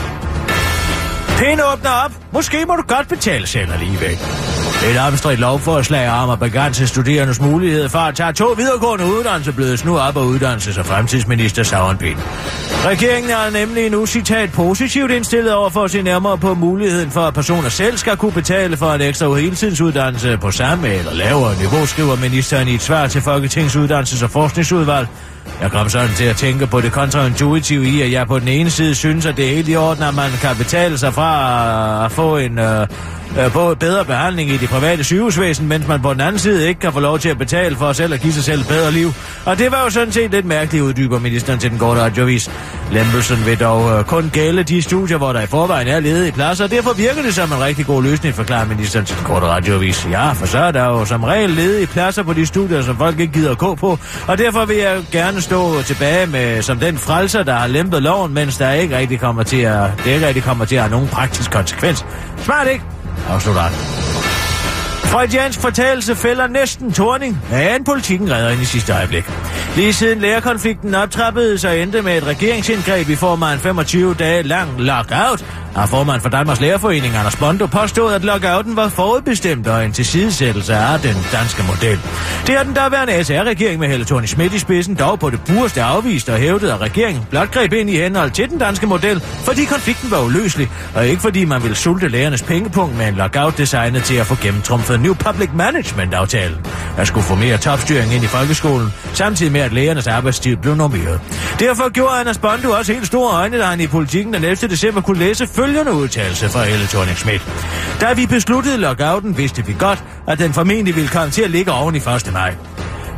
Pind åbner op. Måske må du godt betale selv alligevel. Et omstridt lovforslag om at begrænse studerendes mulighed for at tage to videregående uddannelser blevet nu op af uddannelses- og fremtidsminister Søren Pind. Regeringen er nemlig nu citat positivt indstillet over for at se nærmere på muligheden for, at personer selv skal kunne betale for en ekstra heltidsuddannelse på samme eller lavere niveau, skriver ministeren i et svar til Folketingets Uddannelses- og Forskningsudvalg. Jeg kom sådan til at tænke på det kontraintuitive i, at jeg på den ene side synes, at det er helt i orden, at man kan betale sig fra at få en øh, øh, bedre behandling i det private sygehusvæsen, mens man på den anden side ikke kan få lov til at betale for selv at give sig selv et bedre liv. Og det var jo sådan set lidt mærkeligt, uddyber ministeren til den korte radioavis. Lempelsen vil dog øh, kun gælde de studier, hvor der i forvejen er ledige pladser, og derfor virker det som en rigtig god løsning, forklarer ministeren til den korte radioavis. Ja, for så er der jo som regel ledige pladser på de studier, som folk ikke gider at gå på, og derfor vil jeg gerne stå tilbage med som den frelser, der har lempet loven, mens der ikke rigtig kommer til at, det ikke rigtig kommer til at have nogen praktisk konsekvens. Smart, ikke? Afslutter han. Freudiansk fortalelse fælder næsten Thorning, men politikken redder ind i sidste øjeblik. Lige siden lærerkonflikten optrappede, så endte med et regeringsindgreb i form af en femogtyve dage lang lockout, har formand for Danmarks Lærerforening, Anders Bondo, påstået, at lockouten var forudbestemt og en tilsidesættelse af den danske model. Det er den daværende S R-regering med Helle Thorning-Schmidt i spidsen dog på det pureste afvist og hævdet, at regeringen blot greb ind i henhold til den danske model, fordi konflikten var uløselig, og ikke fordi man ville sulte lærernes pengepunkt med en lockout designet til at få gennemtrumfet New Public Management-aftalen. Der skulle få mere topstyring ind i folkeskolen, samtidig med, at lærernes arbejdstid blev normeret. Derfor gjorde Anders Bondo også helt store øjne, da han i Politikken den ellevte december kunne læse følgende udtalelse fra Helle Thorning-Schmidt. Da vi besluttede lockouten, vidste vi godt, at den formentlig ville komme til at ligge oven i første maj.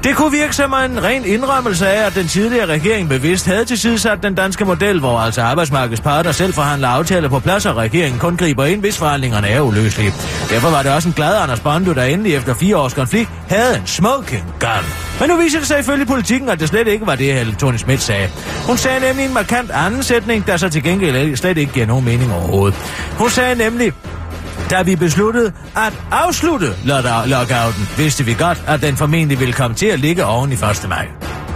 Det kunne virke som en ren indrømmelse af, at den tidligere regering bevidst havde tilsidesat den danske model, hvor altså arbejdsmarkedets parter selv forhandler aftaler på plads, og regeringen kun griber ind, hvis forhandlingerne er uløselige. Derfor var det også en glad Anders Bondo, der endelig efter fire års konflikt havde en smoking gun. Men nu viser det sig ifølge Politikken, at det slet ikke var det, Helle Thorning-Schmidt sagde. Hun sagde nemlig en markant anden sætning, der så til gengæld slet ikke giver nogen mening overhovedet. Hun sagde nemlig: da vi besluttede at afslutte lockouten, vidste vi godt, at den formentlig ville komme til at ligge oven i første maj.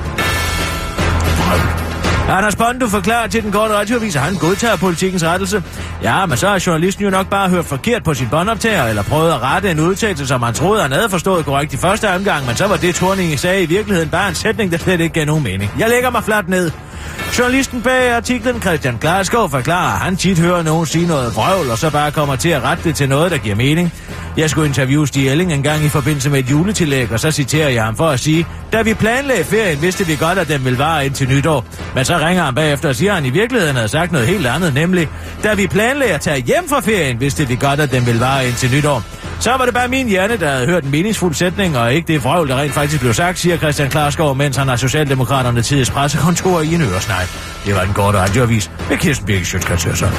Anders Bondo forklarer til den korte radioavis, at han godtager Politikens rettelse. Ja, men så har journalisten jo nok bare hørt forkert på sin båndoptager, eller prøvet at rette en udtalelse, som han troede, han havde forstået korrekt i første omgang, men så var det, Thorning sagde, i virkeligheden bare en sætning, der slet ikke gav nogen mening. Jeg lægger mig fladt ned. Journalisten bag artiklen, Christian Klarskov, forklarer, at han tit hører nogen sige noget vrøvl, og så bare kommer til at rette det til noget, der giver mening. Jeg skulle interviewe Stig Elling en gang i forbindelse med et juletillæg, og så citerer jeg ham for at sige: da vi planlagde ferien, vidste vi godt, at den ville vare indtil nytår. Men så ringer han bagefter og siger, at han i virkeligheden havde sagt noget helt andet, nemlig: da vi planlagde at tage hjem fra ferien, vidste vi godt, at den ville vare indtil nytår. Så var det bare min hjerne, der havde hørt en meningsfuld sætning, og ikke det vrøvl, der rent faktisk blev sagt, siger Christian Klarskov, mens han har Socialdemokraterne tids pressekontor i en øresnegl. Det var den korte radioavis med Kirsten Birgit Schøtzgrads Hørsholm.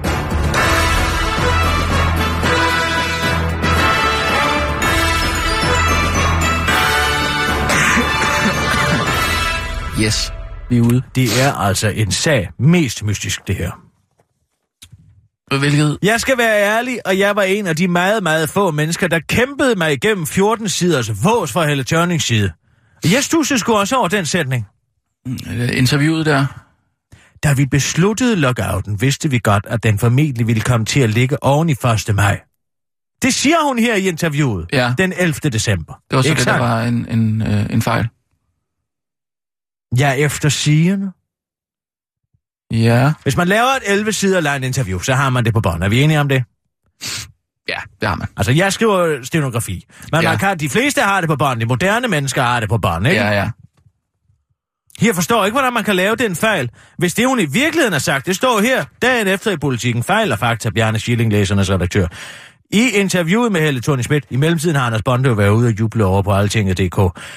Yes, vi er ude.
Det er altså en sag mest mystisk, det her.
Hvilket?
Jeg skal være ærlig, og jeg var en af de meget, meget få mennesker, der kæmpede mig igennem fjorten siders vås fra Helle Thornings side. Jeg studsede sgu også over den sætning.
Interviewet der.
Da vi besluttede lockouten, vidste vi godt, at den formentlig ville komme til at ligge oven i første maj. Det siger hun her i interviewet,
ja. Den
ellevte december.
Det var så ikke det, der var en, en, øh, en fejl.
Ja, efter sigende.
Ja.
Hvis man laver et elleve sider langt interview, så har man det på bånd. Er vi enige om det?
Ja, det har man.
Altså, jeg skriver stenografi. Men ja. man kan, de fleste har det på bånd. De moderne mennesker har det på bånd, ikke?
Ja, ja.
Jeg forstår ikke, hvordan man kan lave den fejl. Hvis det, hun i virkeligheden har sagt, det står her, dagen efter i Politikken, fejl og fakta, Bjarne Schilling, læsernes redaktør. I interviewet med Helle Thorning-Schmidt, i mellemtiden har Anders Bondo været ude og juble over på altinget punktum d k.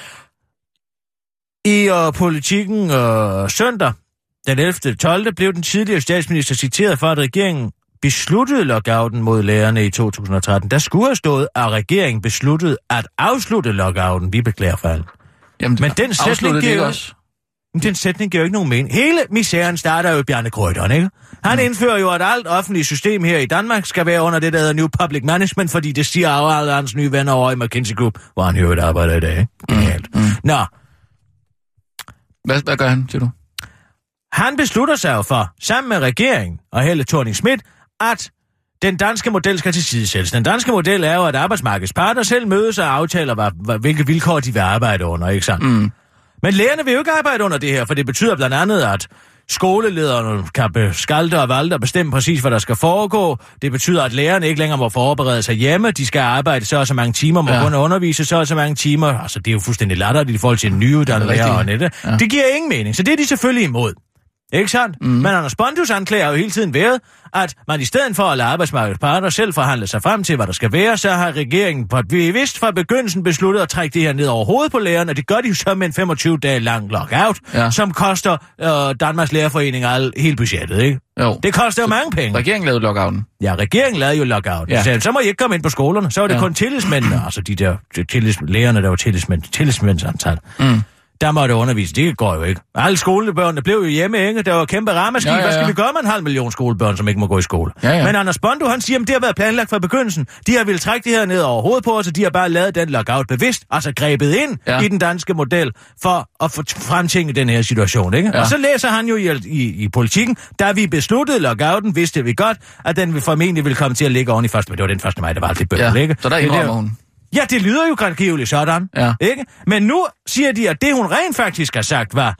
I uh, Politikken uh, søndag, den ellevte tolvte blev den tidligere statsminister citeret for, at regeringen besluttede lockouten mod lærerne i to tusind og tretten. Der skulle have stået, at regeringen besluttede at afslutte lockouten. Vi beklager fejl.
Jamen,
men den sætning,
det
giver,
også.
den sætning giver jo ikke nogen mening. Hele misæren starter jo i Bjarne Corydon, ikke? Han mm. indfører jo, at alt offentligt system her i Danmark skal være under det, der hedder New Public Management, fordi det siger af alle hans nye venner over i McKinsey Group, hvor han hører et arbejder i dag, ikke? Genialt. Mm. Mm. Nå.
Hvad, hvad gør han, siger du?
Han beslutter sig jo for, sammen med regeringen og Helle Thorning-Schmidt, at den danske model skal tilsidesættes. Den danske model er jo, at arbejdsmarkedets parter selv mødes og aftaler, hvad, hvad, hvilke vilkår de vil arbejde under, ikke sandt? Mm. Men lærerne vil jo ikke arbejde under det her, for det betyder blandt andet, at skolelederne kan skalte og valde og bestemme præcis, hvad der skal foregå. Det betyder, at lærerne ikke længere må forberede sig hjemme. De skal arbejde så og så mange timer, må ja. kun undervise så og så mange timer. Altså, det er jo fuldstændig latterligt i forhold til en nyuddannet lærer og nette. Ja. Det giver ingen mening, så det er de selvfølgelig imod. Ikke sandt? Mm. Men Anders Bondos anklager har jo hele tiden været, at man i stedet for at lade arbejdsmarkedets parter selv forhandle sig frem til, hvad der skal være, så har regeringen på bevidst fra begyndelsen besluttet at trække det her ned over hovedet på lærerne, og det gør de jo så med en femogtyve dage lang lockout, ja. som koster øh, Danmarks Lærerforening al, hele budgettet, ikke?
Jo.
Det koster jo mange penge.
Regeringen lavede lockouten.
Ja, regeringen lavede jo lockouten. Ja. Så, så må I ikke komme ind på skolerne. Så var det ja. kun tillidsmændene, altså de der tillids, lærerne, der var tillidsmænd, tillidsmændsantal. Mm. Der måtte undervise. Det går jo ikke. Alle skolebørnene blev jo hjemme, ikke? Der var kæmpe ramaskrig. Ja, ja, ja. Hvad skal vi gøre med en halv million skolebørn, som ikke må gå i skole? Ja, ja. Men Anders Bondo, han siger, at det har været planlagt fra begyndelsen. De har ville trække det her ned over hovedet på os, og de har bare lavet den lockout bevidst, altså grebet ind ja. i den danske model, for at få fremtænke den her situation, ikke? Ja. Og så læser han jo i, i, i Politikken, da vi besluttede lockouten, vidste vi godt, at den formentlig ville komme til at ligge oven i første, men det var den første maj, der var altid bøger,
ja.
ikke?
Så der indrømmer hun.
Ja, det lyder jo grangivligt sådan, ja. ikke? Men nu siger de, at det hun rent faktisk har sagt var,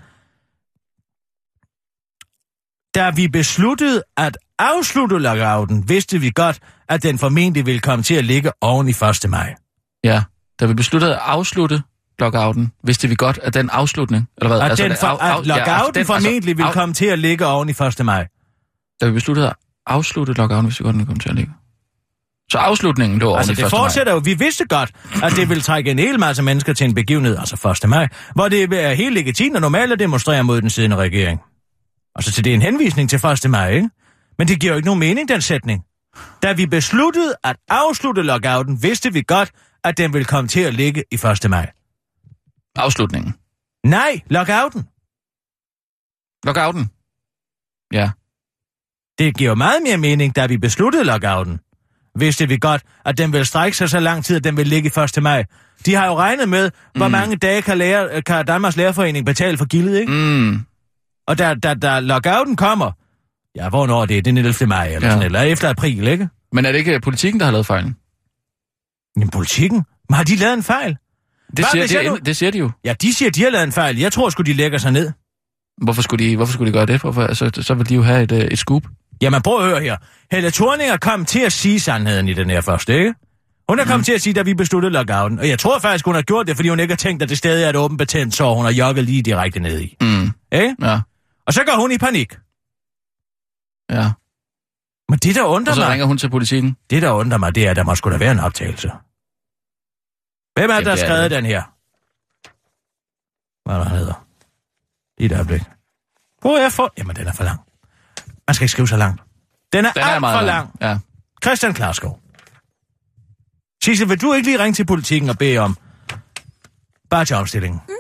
da vi besluttede at afslutte lockouten, vidste vi godt, at den formentlig ville komme til at ligge oven i første maj.
Ja, da vi besluttede at afslutte lockouten, vidste vi godt, at den afslutning, eller hvad?
At,
altså,
den for,
af, af,
at lockouten
ja, altså, den,
formentlig
altså,
ville komme til at ligge oven i første maj.
Da vi besluttede at afslutte lockouten, vidste vi godt, at den kom til at ligge. Så afslutningen, det var
Altså,
ordentligt
det fortsætter jo. Vi vidste godt, at det vil trække en hel masse mennesker til en begivenhed, altså første maj, hvor det er helt legitimt og normalt at demonstrere mod den siddende regering. Altså, til det er en henvisning til første maj, ikke? Men det giver jo ikke nogen mening, den sætning. Da vi besluttede at afslutte lockouten, vidste vi godt, at den ville komme til at ligge i første maj.
Afslutningen.
Nej, lockouten.
Lockouten? Ja.
Det giver meget mere mening, da vi besluttede lockouten. Vidste vi godt, at den vil strække sig så lang tid, at den vil ligge i første maj. De har jo regnet med, hvor mm. mange dage kan, lære, kan Danmarks Lærerforening betale for gildet, ikke?
Mm.
Og da, da, da lockouten kommer, ja, hvornår det er, den ellevte maj, eller ja. sådan, eller efter april, ikke?
Men er det ikke politikken, der har lavet fejlen?
Jamen, politikken? Men har de lavet en fejl?
Det siger, det, det siger de jo.
Ja, de siger, de har lavet en fejl. Jeg tror sgu, de lægger sig ned.
Hvorfor skulle de, hvorfor skulle de gøre det? Hvorfor? Altså, så vil de jo have et, et scoop.
Jamen, prøv at høre her. Helle Thorning kom til at sige sandheden i den her første, ikke? Hun er kommet mm. til at sige, da vi besluttede lockouten. Og jeg tror faktisk, hun har gjort det, fordi hun ikke har tænkt, at det stadig er et åbent patent, så hun har jogget lige direkte ned i.
Mm.
Ikke?
Ja. Og
så går hun i panik.
Ja.
Men det, der undrer mig...
Og så ringer hun til politikken.
Det, der undrer mig, det er, at der må sgu da være en optagelse. Hvem er det, der har skrevet den her? Hvad der hedder? I et øjeblik. Hvor er jeg for... Jamen, den er for lang. Man skal ikke skrive så langt. Den er, den er alt for lang. lang.
Ja.
Christian Klarskov. Sissel, vil du ikke lige ringe til politikken og bede om bare til opstillingen? Mm.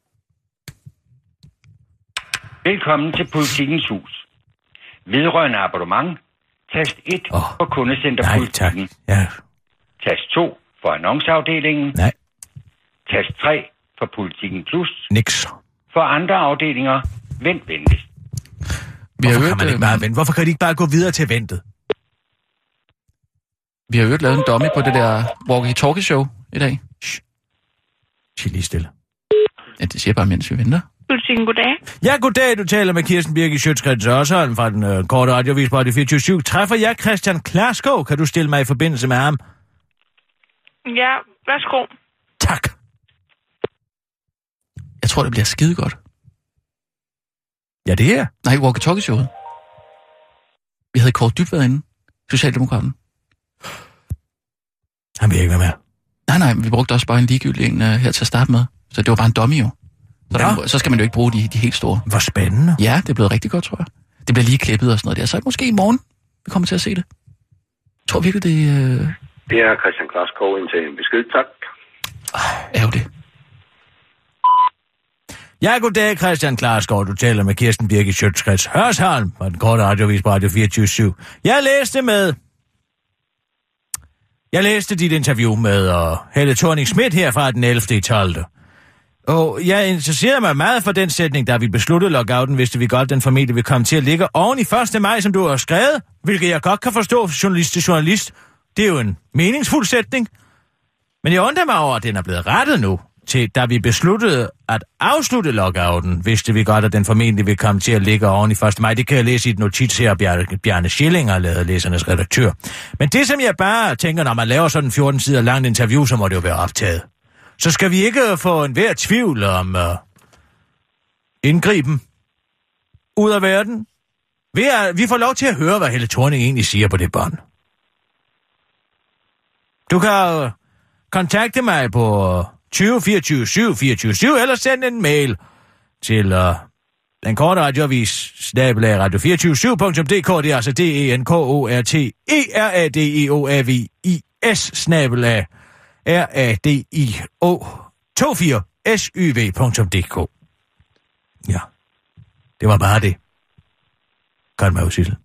Velkommen til Politikens Hus. Vedrørende abonnement. Tast et oh. for kundecenter
Nej,
Politikken.
Tak. Ja.
Tast to for annonceafdelingen.
Nej.
Tast tre for Politikken Plus.
Niks.
For andre afdelinger, vent venligst.
Vi Hvorfor, hørt, kan man ikke bare vente? Hvorfor kan de ikke bare gå videre til ventet?
Vi har jo lavet en dummy på det der walkie-talkie-show i dag.
Shh. Sig lige stille.
Ja, det siger bare, mens vi venter.
Politikken, goddag.
Ja, goddag. Du taler med Kirsten Birgit Schøtz-Krets Hørsholm fra den øh, korte radiovis på Radio fireogtyve syv. Træffer jeg Christian Klarskov? Kan du stille mig i forbindelse med ham?
Ja, værsgo.
Tak.
Jeg tror, det bliver skide godt.
Ja, det er.
Nej, walkie-talkie-showet. Vi havde Kåre Dybvad inde. Socialdemokraten.
Han vil ikke være med.
Nej, nej, vi brugte også bare en ligegyldig en uh, her til at starte med. Så det var bare en dummy jo. Så, ja. der, så skal man jo ikke bruge de, de helt store.
Hvor spændende.
Ja, det er blevet rigtig godt, tror jeg. Det bliver lige klippet og sådan noget der. Så måske i morgen, vi kommer til at se det. Jeg tror virkelig, det er... Uh...
Det er Christian Klarskov ind til en besked, tak.
Er jo det.
Ja, goddag, Christian Klarskov. Du taler med Kirsten Birgit Schøtz-Krets Hørsholm fra den korte radiovis på Radio fireogtyve syv. Jeg læste med... Jeg læste dit interview med uh, Helle Thorning-Schmidt her fra den ellevte tolvte Og jeg interesserede mig meget for den sætning, da vi besluttede lockouten, vidste vi godt, den formentlig vil komme til at ligge oven i første maj, som du har skrevet, hvilket jeg godt kan forstå for journalist til journalist. Det er jo en meningsfuld sætning. Men jeg undrer mig over, at den er blevet rettet nu, til da vi besluttede at afslutte lockouten, vidste vi godt, at den formentlig vil komme til at ligge oven i første maj. Det kan jeg læse i et notits her, Bjarne, Bjarne Schilling har lavet, læsernes redaktør. Men det, som jeg bare tænker, når man laver sådan en fjorten sider langt interview, så må det jo være optaget. Så skal vi ikke få en hver tvivl om uh, indgriben ud af verden. Vi, er, vi får lov til at høre, hvad Helle Thorning egentlig siger på det bånd. Du kan uh, kontakte mig på uh, tyve fireogtyve syv fireogtyve syv eller sende en mail til uh, den korte radioavis snabel-a radio fireogtyve syv punktum d k. Det er altså D E N K O R T E R A D E O A V I S snabel-a R A D I O toogtyve S Y V punktum d k. Ja, det var bare det. Godt med Sissel.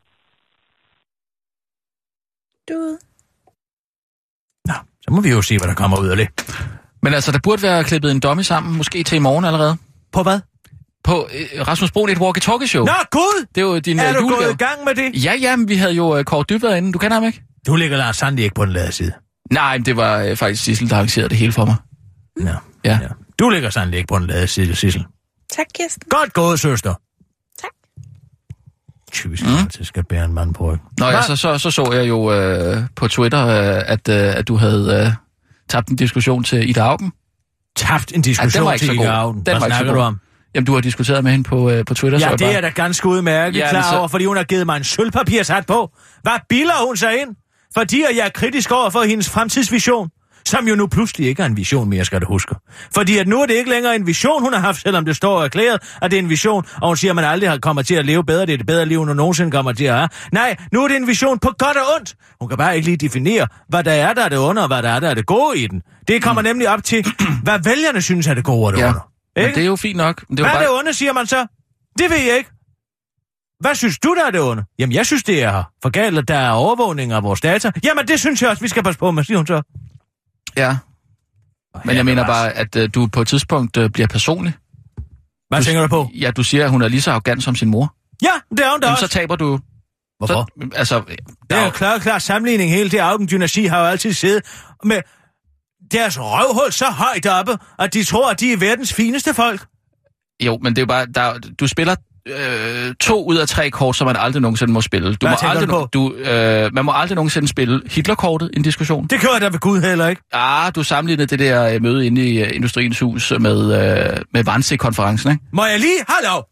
Du.
Nå, så må vi jo se, hvad der kommer ud af det.
Men altså, der burde være klippet en dummy sammen, måske til i morgen allerede.
På hvad?
På øh, Rasmus Broen, et walkie-talkie-show.
Nå, gud!
Det er jo din
Er
uh,
du
julegave.
gået i gang med det?
Ja, ja, men vi havde jo uh, Kåre Dybvad inde. Du kender ham ikke?
Du ligger Lars Sandli ikke på den lade side.
Nej, det var uh, faktisk Sissel, der arrangerede det hele for mig.
Nå,
ja.
ja. Du ligger Sandli ikke på den lade side, Sissel.
Tak, Kirsten.
Godt gået, søster.
Tak.
Typisk, mm. at jeg skal bære en mand på.
Nå ja, så, så, så så jeg jo uh, på Twitter, uh, at, uh, at du havde uh, tabt en diskussion til Ida Auken.
Tabt en diskussion ja, til Ida Auken? Hvad snakker du om?
Jamen, du har diskuteret med hende på, uh, på Twitter.
Ja,
så
det
bare...
er da ganske udmærket ja, klar så... over, fordi hun har givet mig en sølvpapirshat på. Hvad bilder hun sig ind? fordi jeg er kritisk over for hendes fremtidsvision, som jo nu pludselig ikke er en vision mere, skal du huske. Fordi at nu er det ikke længere en vision, hun har haft, selvom det står erklæret, at det er en vision, og hun siger, at man aldrig kommer til at leve bedre, det er det bedre liv, hun nogensinde kommer til at have. Nej, nu er det en vision på godt og ondt. Hun kan bare ikke lige definere, hvad der er, der er det onde, og hvad der er, der er det gode i den. Det kommer mm. nemlig op til, hvad vælgerne synes er det gode og det
ja.
onde.
Men det er jo fint nok. Det er
hvad
bare...
er det onde, siger man så? Det ved jeg ikke. Hvad synes du, der er det onde? Jamen, jeg synes, det er for galt, at der er overvågning af vores data. Jamen, det synes jeg også, vi skal passe på med, siger hun så.
Ja. Men jeg mener bare, at uh, du på et tidspunkt uh, bliver personlig.
Hvad du, tænker du på?
Ja, du siger, at hun er lige så arrogant som sin mor.
Ja, det er hun da
Jamen,
også.
så taber du...
Hvorfor?
Så, altså,
det er jo klar, klar sammenligning. Hele det Augen-dynasti har jo altid siddet med deres røvhul så højt oppe, at de tror, at de er verdens fineste folk.
Jo, men det er jo bare... Der, du spiller øh, to ud af tre kort, som man aldrig nogensinde må spille. Du
Hvad
må aldrig,
du på?
Du, øh, man må aldrig nogensinde spille Hitler-kortet i en diskussion.
Det kører der ved Gud heller ikke.
Ah, du sammenlignede det der øh, møde inde i uh, Industriens Hus med, øh, med Wannsee-konferencen, ikke?
Må jeg lige? Hallo!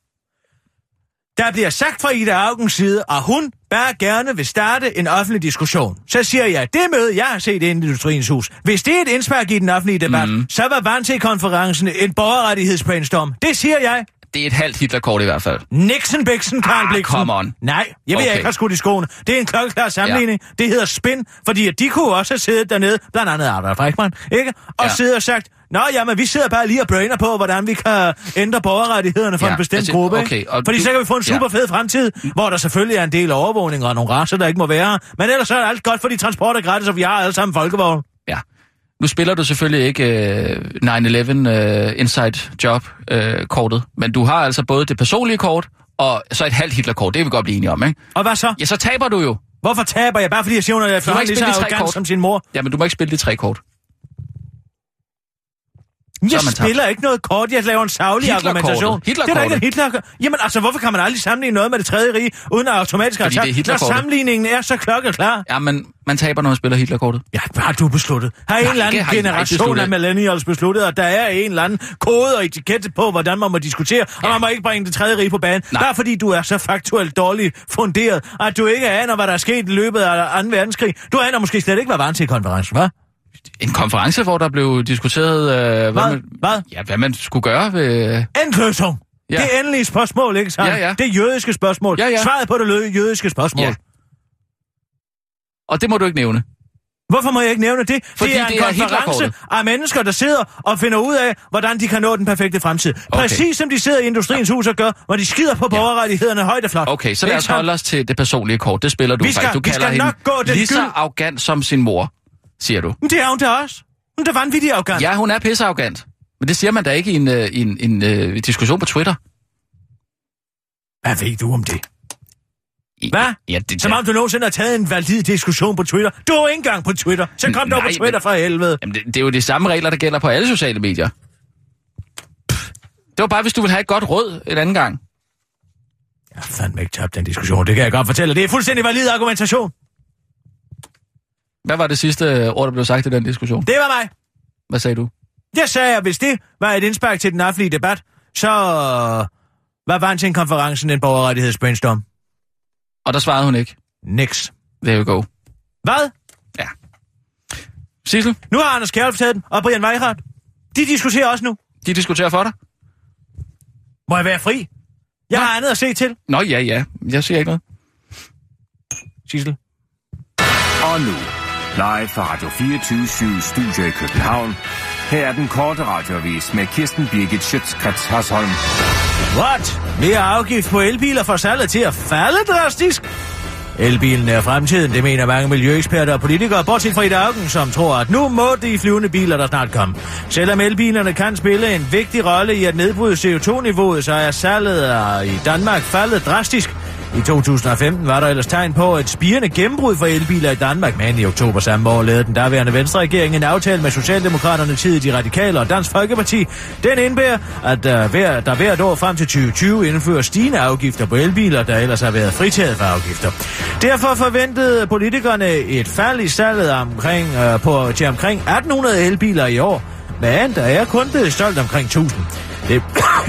Der bliver sagt fra Ida Augens side, at hun bare gerne vil starte en offentlig diskussion. Så siger jeg, det møde, jeg har set inde i Industriens Hus, hvis det er et indspark i den offentlige debat, mm. så var Wannsee-konferencen en borgerrettighedsbrainstorm. Det siger jeg.
Det er et halvt Hitler-kort i hvert fald.
Nixon, Bixen, Karl
ah,
Bliksen.
come on.
Nej, jeg vil okay. ikke have skudt i skoene. Det er en klokkeklar sammenligning. Ja. Det hedder spin, fordi de kunne også have siddet dernede, blandt andet Adolf Eichmann, ikke? Og ja. siddet og sagt, nå jamen, vi sidder bare lige og brainer på, hvordan vi kan ændre borgerrettighederne for ja, en bestemt altså, gruppe,
okay,
ikke? Fordi
du,
så kan vi få en super fed ja. fremtid, hvor der selvfølgelig er en del overvågning og nogle racer, der ikke må være. Men ellers er det alt godt, fordi transport er gratis, og vi har alle sammen folkevogn.
Ja. Nu spiller du selvfølgelig ikke uh, nine eleven uh, Inside Job-kortet, uh, men du har altså både det personlige kort, og så et halvt Hitler-kort. Det vil vi godt blive enige om, ikke?
Og hvad så?
Ja, så taber du jo.
Hvorfor taber jeg? Bare fordi jeg siger, hun er efterhånden lige så arrogant som sin mor.
Ja, men du må ikke spille de tre kort.
Jeg spiller ikke noget kort, jeg laver en saglig argumentation. Det er da ikke en Hitler. Jamen altså, hvorfor kan man aldrig sammenligne noget med det tredje rige, uden at automatisk have sagt, når sammenligningen er så klokkeklar?
Ja, men man taber, når man spiller Hitlerkortet.
Ja, har du besluttet? Har en Nej, eller anden generation af millennials besluttet, at der er en eller anden kode og etikette på, hvordan man må diskutere, ja. og man må ikke bringe det tredje rige på banen. Nej. Bare fordi du er så faktuelt dårligt funderet, at du ikke aner, hvad der er sket i løbet af anden verdenskrig. Du aner måske slet ikke, hvad var til konferencen, hva'?
En konference, hvor der blev diskuteret, øh, hvad, hvad? Man,
hvad?
Ja, hvad man skulle gøre ved...
Endløsning! Ja. Det er endelige spørgsmål, ikke sant?
Ja, ja.
Det er jødiske spørgsmål.
Ja, ja.
Svaret på det jødiske spørgsmål. Ja.
Og det må du ikke nævne.
Hvorfor må jeg ikke nævne det?
Fordi
det er en
det er
konference af mennesker, der sidder og finder ud af, hvordan de kan nå den perfekte fremtid. Okay. Præcis som de sidder i Industriens Hus og gør, hvor de skider på borgerrettighederne højt og flot.
Okay, så lad os holde os til det personlige kort. Det spiller du
vi skal,
faktisk. Du
vi
kalder hende lige så arrogant som sin mor, siger du.
Men det er hun da også. Hun er vanvittig arrogant.
Ja, hun er pissearrogant. Men det siger man da ikke i en, i en, en, en uh, diskussion på Twitter.
Hvad ved du om det? Hvad?
Ja, det,
Som om du nogensinde har taget en valid diskussion på Twitter. Du er ikke engang på Twitter. Så kom du på Twitter men, fra helvede.
Jamen, det, det er jo de samme regler, der gælder på alle sociale medier. Pff, det var bare, hvis du vil have et godt råd en anden gang.
Jeg har fandme ikke tabt den diskussion. Det kan jeg godt fortælle. Det er fuldstændig valid argumentation.
Hvad var det sidste ord, der blev sagt i den diskussion?
Det var mig.
Hvad sagde du?
Jeg sagde, at hvis det var et indspark til den offentlige debat, så var Wannsee-konferencen en borgerrettighedsbrainstorm.
Og der svarede hun ikke?
Niks.
There you go.
Hvad?
Ja. Sissel?
Nu har Anders Kjærulf taget den, og Brian Weirard. De diskuterer også nu.
De diskuterer for dig?
Må jeg være fri? Jeg Nå. har andet at se til.
Nå ja, ja. Jeg siger ikke noget.
Sissel?
Og nu, live fra Radio fireogtyve syv Studio i København. Her er den korte radioavis med Kirsten Birgit Schøtz-Krets Hasholm.
What? Mere afgift på elbiler får salget til at falde drastisk? Elbilen er fremtiden, det mener mange miljøeksperter og politikere, bortset fra Ida Auken, som tror, at nu må de flyvende biler der snart komme. Selvom elbilerne kan spille en vigtig rolle i at nedbryde C O to niveauet, så er salget i Danmark faldet drastisk. I to tusind og femten var der ellers tegn på et spirende gennembrud for elbiler i Danmark, men i oktober samme år lavede den daværende Venstre-regering en aftale med Socialdemokraterne, tid De Radikale og Dansk Folkeparti. Den indebærer, at der, hver, der hvert år frem til tyve tyve indfører stigende afgifter på elbiler, der ellers har været fritaget for afgifter. Derfor forventede politikerne et fald i salget omkring, øh, på, til omkring atten hundrede elbiler i år, men der er kun blevet solgt omkring tusind. Det...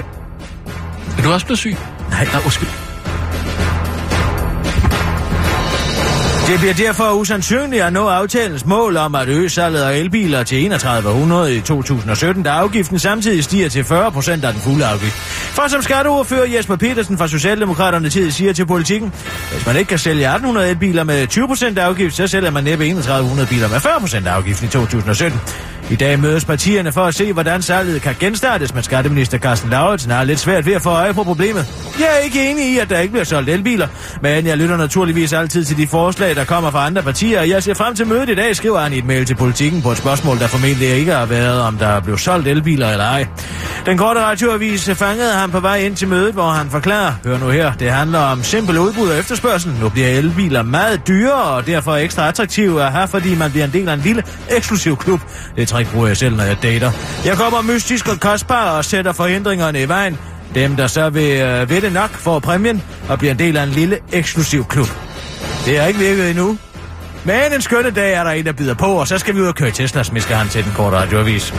Er du også blevet syg?
Nej, nej, undskyld. Det bliver derfor usandsynligt at nå aftalens mål om at øge salget af elbiler til enogtredive hundrede i to tusind og sytten, da afgiften samtidig stiger til fyrre procent af den fulde afgift. For som skatteordfører Jesper Petersen fra Socialdemokraterne tid siger til Politikken, hvis man ikke kan sælge atten hundrede elbiler med tyve procent afgift, så sælger man næppe enogtredive hundrede biler med fyrre procent afgift i to tusind og sytten. I dag mødes partierne for at se, hvordan salget kan genstartes, men skatteminister Carsten Lauritsen har lidt svært ved at få øje på problemet. Jeg er ikke enig i, at der ikke bliver solgt elbiler, men jeg lytter naturligvis altid til de forslag, der kommer fra andre partier, og jeg ser frem til mødet i dag, skriver han i et mail til Politikken på et spørgsmål, der formentlig ikke har været, om der blev solgt elbiler eller ej. Den korte radioavis fangede ham på vej ind til mødet, hvor han forklarer, hør nu her, det handler om simpel udbud og efterspørgsel. Nu bliver elbiler meget dyrere og derfor ekstra attraktive at have, fordi man bliver en del af en lille eksklusiv klub. Det trick bruger jeg selv, når jeg dater. Jeg kommer mystisk og kostbar og sætter forhindringerne i vejen. Dem, der så vil øh, ved det nok, får præmien og bliver en del af en lille eksklusiv klub. Det har ikke virket endnu. Men en skønne dag er der en, der bider på, og så skal vi ud og køre Tesla, smisker han til den korte radioavis.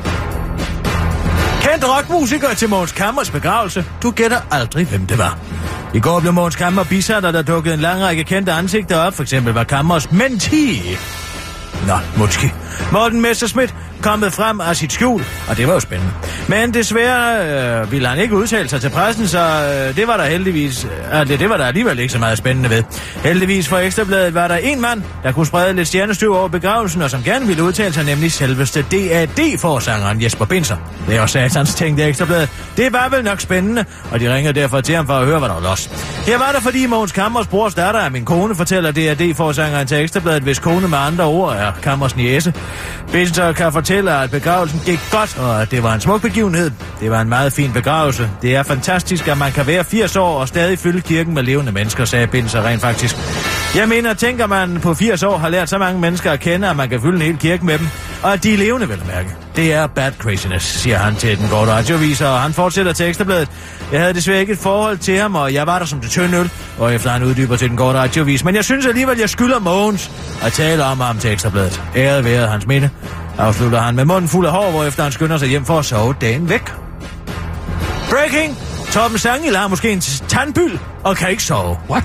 Kendt rockmusiker til Mogens Campers begravelse. Du gætter aldrig, hvem det var. I går blev Mogens Camper bisat, og der dukkede en lang række kendte ansigter op. For eksempel var Campers mentee. Nå, måske. Morten Messerschmidt kommet frem af sit skjul, og det var jo spændende. Men desværre øh, ville han ikke udtale sig til pressen, så øh, det var der heldigvis, øh, det, det var der alligevel ikke så meget spændende ved. Heldigvis for Ekstrabladet var der en mand, der kunne sprede lidt stjernestøv over begravelsen, og som gerne ville udtale sig, nemlig selveste D A D-forsangeren Jesper Binzer. Det er jo satans, tænkte Ekstrabladet. Det var vel nok spændende, og de ringer derfor til ham for at høre, hvad der var los. Her var der, fordi Mogens Campers brors datter af min kone, fortæller D A D-forsangeren til Ekstrabladet, hvis kone med andre ord er Campers niece. Binzer kan fortælle, at begravelsen gik godt, og at det var en smuk begivenhed. Det var en meget fin begravelse. Det er fantastisk, at man kan være firs år og stadig fylde kirken med levende mennesker, sagde Binzer rent faktisk. Jeg mener, tænker man på firs år har lært så mange mennesker at kende, at man kan fylde en hel kirke med dem, og at de er levende, vel at mærke. Det er bad craziness, siger han til den korte radioavis, og han fortsætter til Ekstrabladet. Jeg havde desværre ikke et forhold til ham, og jeg var der som det tynde øl, og efter han uddyber til den korte radioavis. Men jeg synes alligevel, jeg skylder Mogens at tale om ham til Ekstrabladet. Æret være hans minde. Afslutter han med munden fuld af hår, hvorefter han skynder sig hjem for at sove dagen væk. Breaking! Torben Sangil har måske en tandbyld og kan ikke sove. What?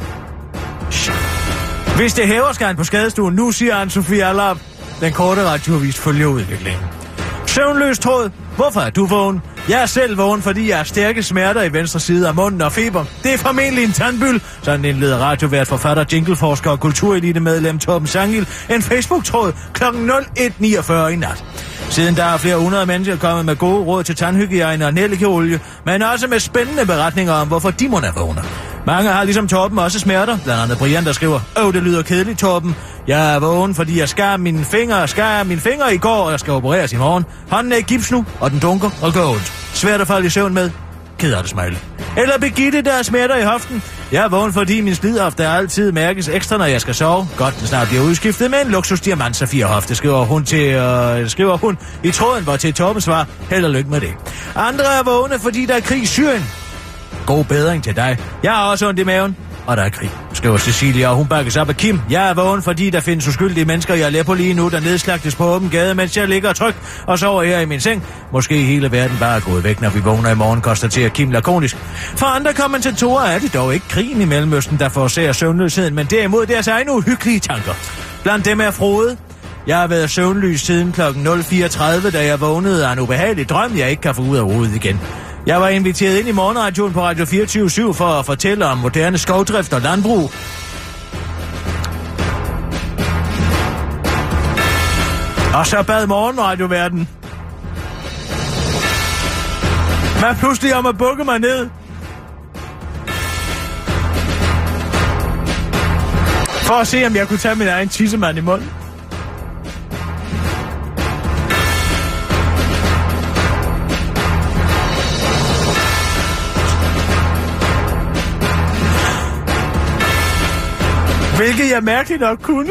Hvis det hæver, skal han på skadestuen. Nu siger han Sofie Allap. Den korte radioavis følger udviklingen. Søvnløs tråd. Hvorfor er du vågen? Jeg er selv vågen, fordi jeg har stærke smerter i venstre side af munden og feber. Det er formentlig en tandbyld, sådan indleder radiovært, forfatter, jingleforsker og kulturelite-medlem Torben Sangil en Facebook-tråd klokken nul et niogfyrre i nat. Siden der er flere hundrede mennesker kommet med gode råd til tandhygiejne og nellikeolie, men også med spændende beretninger om, hvorfor de må er vågne. Mange har ligesom Torben også smerter, blandt andet Brian, der skriver, åh, det lyder kedeligt, Torben. Jeg er vågen, fordi jeg skar mine fingre, skar mine fingre i går, og jeg skal opereres i morgen. Hånden er i gips nu, og den dunker og går ondt. Svært at falde i søvn med. Ked af det, smile. Eller Birgitte, der er smerter i hoften. Jeg er vågen, fordi min slidhofte altid mærkes ekstra, når jeg skal sove. Godt, den snart bliver udskiftet med en luksus diamant safir hofte, skriver hun til, øh, skriver hun i tråden, hvor til Torben svar, held og lykke med det. Andre er vågne, fordi der er krig i Syrien. God bedring til dig. Jeg har også ondt i maven, og der er krig, skriver Cecilia, og hun bakkes op af Kim. Jeg er vågen, fordi der findes uskyldige mennesker i Aleppo lige nu, der nedslagtes på åben gade, mens jeg ligger trygt og sover her i min seng. Måske hele verden bare er gået væk, når vi vågner i morgen, konstaterer Kim lakonisk. For andre kommentatorer er det dog ikke krigen i Mellemøsten, der forårsager søvnløsheden, men derimod deres egne uhyggelige tanker. Blandt dem er Frode. Jeg har været søvnløs siden klokken nul fire tredive, da jeg vågnede af en ubehagelig drøm, jeg ikke kan få ud af hovedet igen. Jeg var inviteret ind i morgenradioen på Radio fireogtyve syv for at fortælle om moderne skovdrift og landbrug. Og så bad morgenradioverden mig pludselig om at bukke mig ned. For at se, om jeg kunne tage min egen tissemand i munden. Hvilket jeg mærkeligt nok kunne.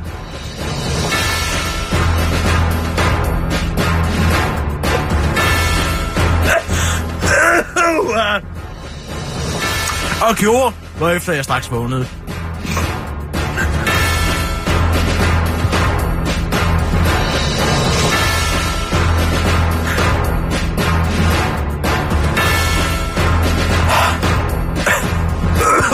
Og gjorde, hvorefter jeg straks vågnede.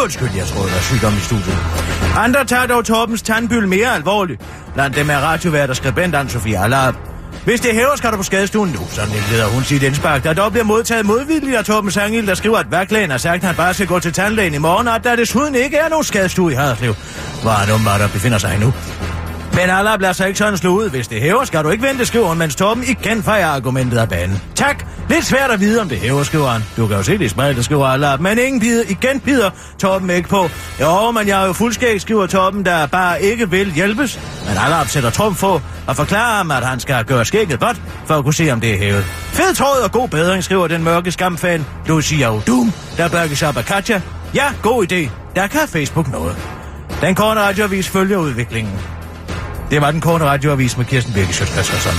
Undskyld, jeg troede, der var sygdom i studiet. Andre tager dog Torbens tandbyld mere alvorligt. Blandt dem er radiovært og skribent Anne-Sophie Allard. Hvis det hæver, skal du på skadestuen nu, sådan indleder hun sit indspark, der dog bliver modtaget modvilligt af Torben Sangil, der skriver, at værklægen har sagt, at han bare skal gå til tandlægen i morgen, og at der desuden ikke er nogen skadestue i Haderslev, hvor han åbenbart der befinder sig nu. Men Allard bliver så ikke sådan slå ud. Hvis det hæver, skal du ikke vente, skriver hun, mens Torben igen fejrer argumentet af banen. Tak. Lidt svært at vide, om det hæver, skriver han. Du kan jo se det i spejlet, skriver Allard. Men ingen bider, igen bider Torben ikke på. Jo, men jeg er jo fuldskæg, skriver Torben, der bare ikke vil hjælpes. Men Allard sætter Trump på og forklarer ham, at han skal gøre skægget godt, for at kunne se, om det er hævet. Fed tråd og god bedring, skriver den mørke skamfan Lucia Odum, der bakkes op af Katja. Ja, god idé. Der kan Facebook noget. Den korte radioavis følger udviklingen. Det var den korte radioavis med Kirsten Birgit Schøtz-Krets Hørsholm.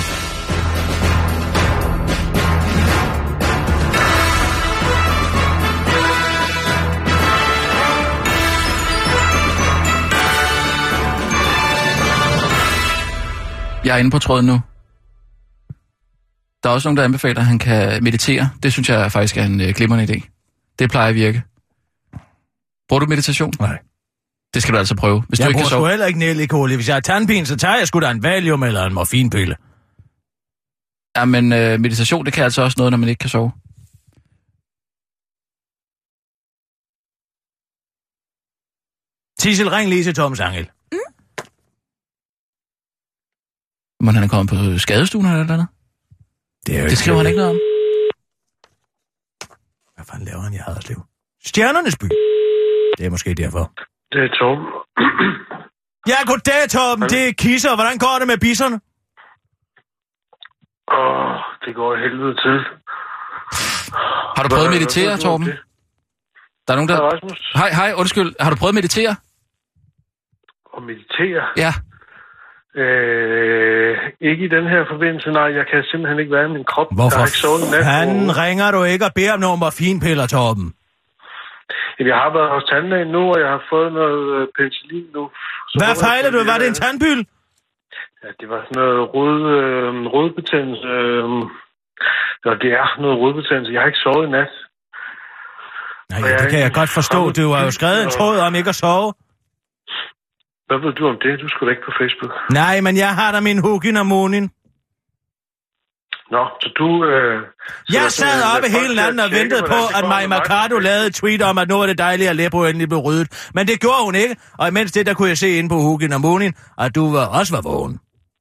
Jeg er inde på tråden nu. Der er også nogen, der anbefaler, at han kan meditere. Det synes jeg faktisk er en øh, glimrende idé. Det plejer at virke. Bruger du meditation?
Nej.
Det skal du altså prøve. Hvis
jeg
du ikke
bruger
kan sove.
heller ikke Nellikoli. Hvis jeg har tandpine, så tager jeg sgu da en valium eller en morfinpille.
Ja, men øh, meditation, det kan altså også noget, når man ikke kan sove.
Tissel, ring lige til Tom Sangel.
Mm.
Men han er kommet på skadestuen eller noget andet?
Det, er jo
det skriver han ikke noget om.
Hvad fanden laver han i Haderslev? Stjernernes by. Det er måske derfor.
Det er Tom.
Ja, goddag, Tom. Det er Kisser. Hvordan går det med bisserne?
Åh, oh, det går i helvede til.
Har du prøvet at meditere, Torben? Der er nogen, der... Hej, hej, undskyld. Har du prøvet at meditere?
At meditere?
Ja.
Øh, ikke i den her forbindelse, nej. Jeg kan simpelthen ikke være i min krop.
Hvorfor
ikke
fanden ringer du ikke og beder om nogle morfinpiller, Torben?
Jeg har været hos tandlægen nu, og jeg har fået noget penicillin nu. Så
hvad fejler du? Var det en tandbyld?
Ja, det var sådan noget rød, øh, rødbetændelse. Øh, ja, det er noget rødbetændelse. Jeg har ikke sovet i nat.
Nej, ja, det kan jeg godt forstå. Du har jo skrevet en tråd om ikke at sove.
Hvad ved du om det? Du skulle da ikke på Facebook.
Nej, men jeg har da min Hugin og Monin.
Nå, så du... Øh,
så jeg sad oppe hele natten og ventede på, at Maja Mercado lavede et tweet om, at nu var det dejligt, at Aleppo endelig blev ryddet. Men det gjorde hun ikke, og imens det, der kunne jeg se inde på Hugin og Monin, at du var, også var vågen.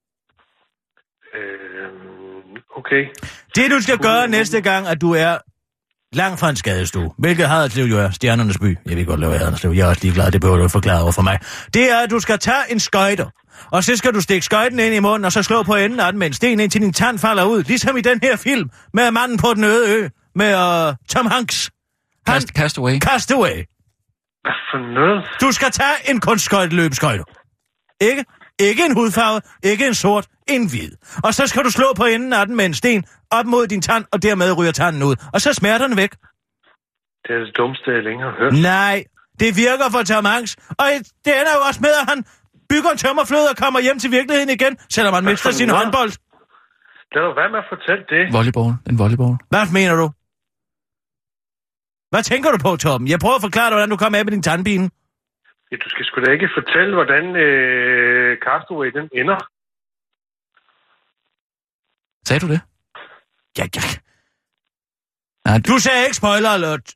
Øh, okay.
Det, du skal gøre næste gang, at du er langt fra en skadestue, hvilket Haderslev jo er, Stjernernes by. Jeg ved godt, lave Haderslev. Jeg er også ligeglad, det behøver du forklare over for mig. Det er, at du skal tage en skøjter, og så skal du stikke skøjten ind i munden, og så slå på enden af den med en sten, indtil din tand falder ud. Ligesom i den her film med manden på den øde ø, med uh, Tom Hanks.
Han, Cast, cast away.
Cast away.
Hvad for noget?
Du skal tage en kunstskøjteløbskøjter. Ikke? Ikke en hudfarve, ikke en sort, en hvid. Og så skal du slå på enden af den med en sten op mod din tand, og dermed ryger tanden ud. Og så smerter den væk.
Det er det dummeste, jeg længere har hørt.
Nej, det virker for Tom Hanks. Og det ender jo også med, at han bygger en tømmerflod og kommer hjem til virkeligheden igen, selvom han mister sin noget? håndbold.
Lad du være med at fortælle det.
Volleyball. En volleyball.
Hvad mener du? Hvad tænker du på, Torben? Jeg prøver at forklare dig, hvordan du kommer af med din tandpine.
Ja, du skal sgu da ikke fortælle, hvordan øh, Castaway den ender.
Sagde du det?
Ja, ja.
Nej,
du sagde ikke spoiler alert.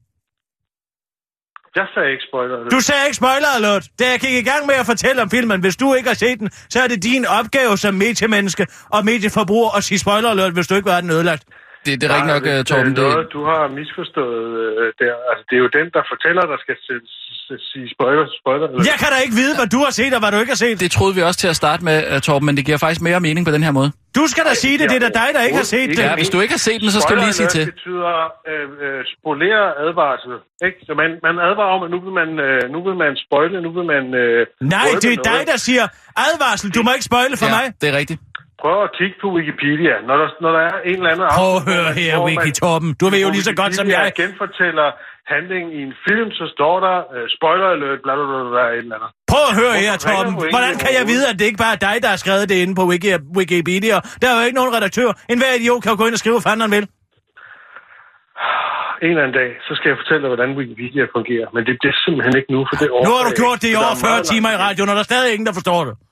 Jeg sagde ikke spoiler alert.
Du sagde ikke spoiler alert. Da jeg gik i gang med at fortælle om filmen, hvis du ikke har set den, så er det din opgave som mediemenneske og medieforbruger at sige spoiler alert, hvis du ikke var den ødelagt.
Det, det er rigtig nok, uh, Torben.
Det er noget, du har misforstået uh, der. Altså, det er jo den, der fortæller, der skal sige spoiler, spoiler alert.
Jeg kan da ikke vide, hvad du har set og hvad du ikke har set.
Det troede vi også til at starte med, uh, Torben, men det giver faktisk mere mening på den her måde.
Du skal da sige det, det er da dig, der ikke har set det.
Ja, hvis du ikke har set den, så skal du lige sige til.
Det betyder øh, øh, spolere advarsel, ikke? Så man, man advarer om, at nu vil man, øh, nu vil man spoile, nu vil man... Øh,
Nej, det er dig, der siger advarsel. Du må ikke spoile for
ja,
mig.
det er rigtigt.
Prøv at kigge på Wikipedia. Når der, når der er en eller anden...
Prøv at høre her, Wiki Torben. Du ved jo lige så godt som jeg.
Hvis genfortæller handlingen i en film, så står der uh, spoiler alert, bla bla bla bla, et eller andet.
Prøv at høre her, Torben. Hvordan kan jeg vide, at det ikke bare er dig, der har skrevet det inde på Wiki, Wikipedia? Der er jo ikke nogen redaktør. En hver idiot kan jo gå ind og skrive, hvad fanden han vil.
en eller anden dag, så skal jeg fortælle dig, hvordan Wikipedia fungerer. Men det bliver simpelthen ikke nu, for det år.
Nu har du gjort det i over fyrre timer i radioen, og der er stadig ingen, der forstår det.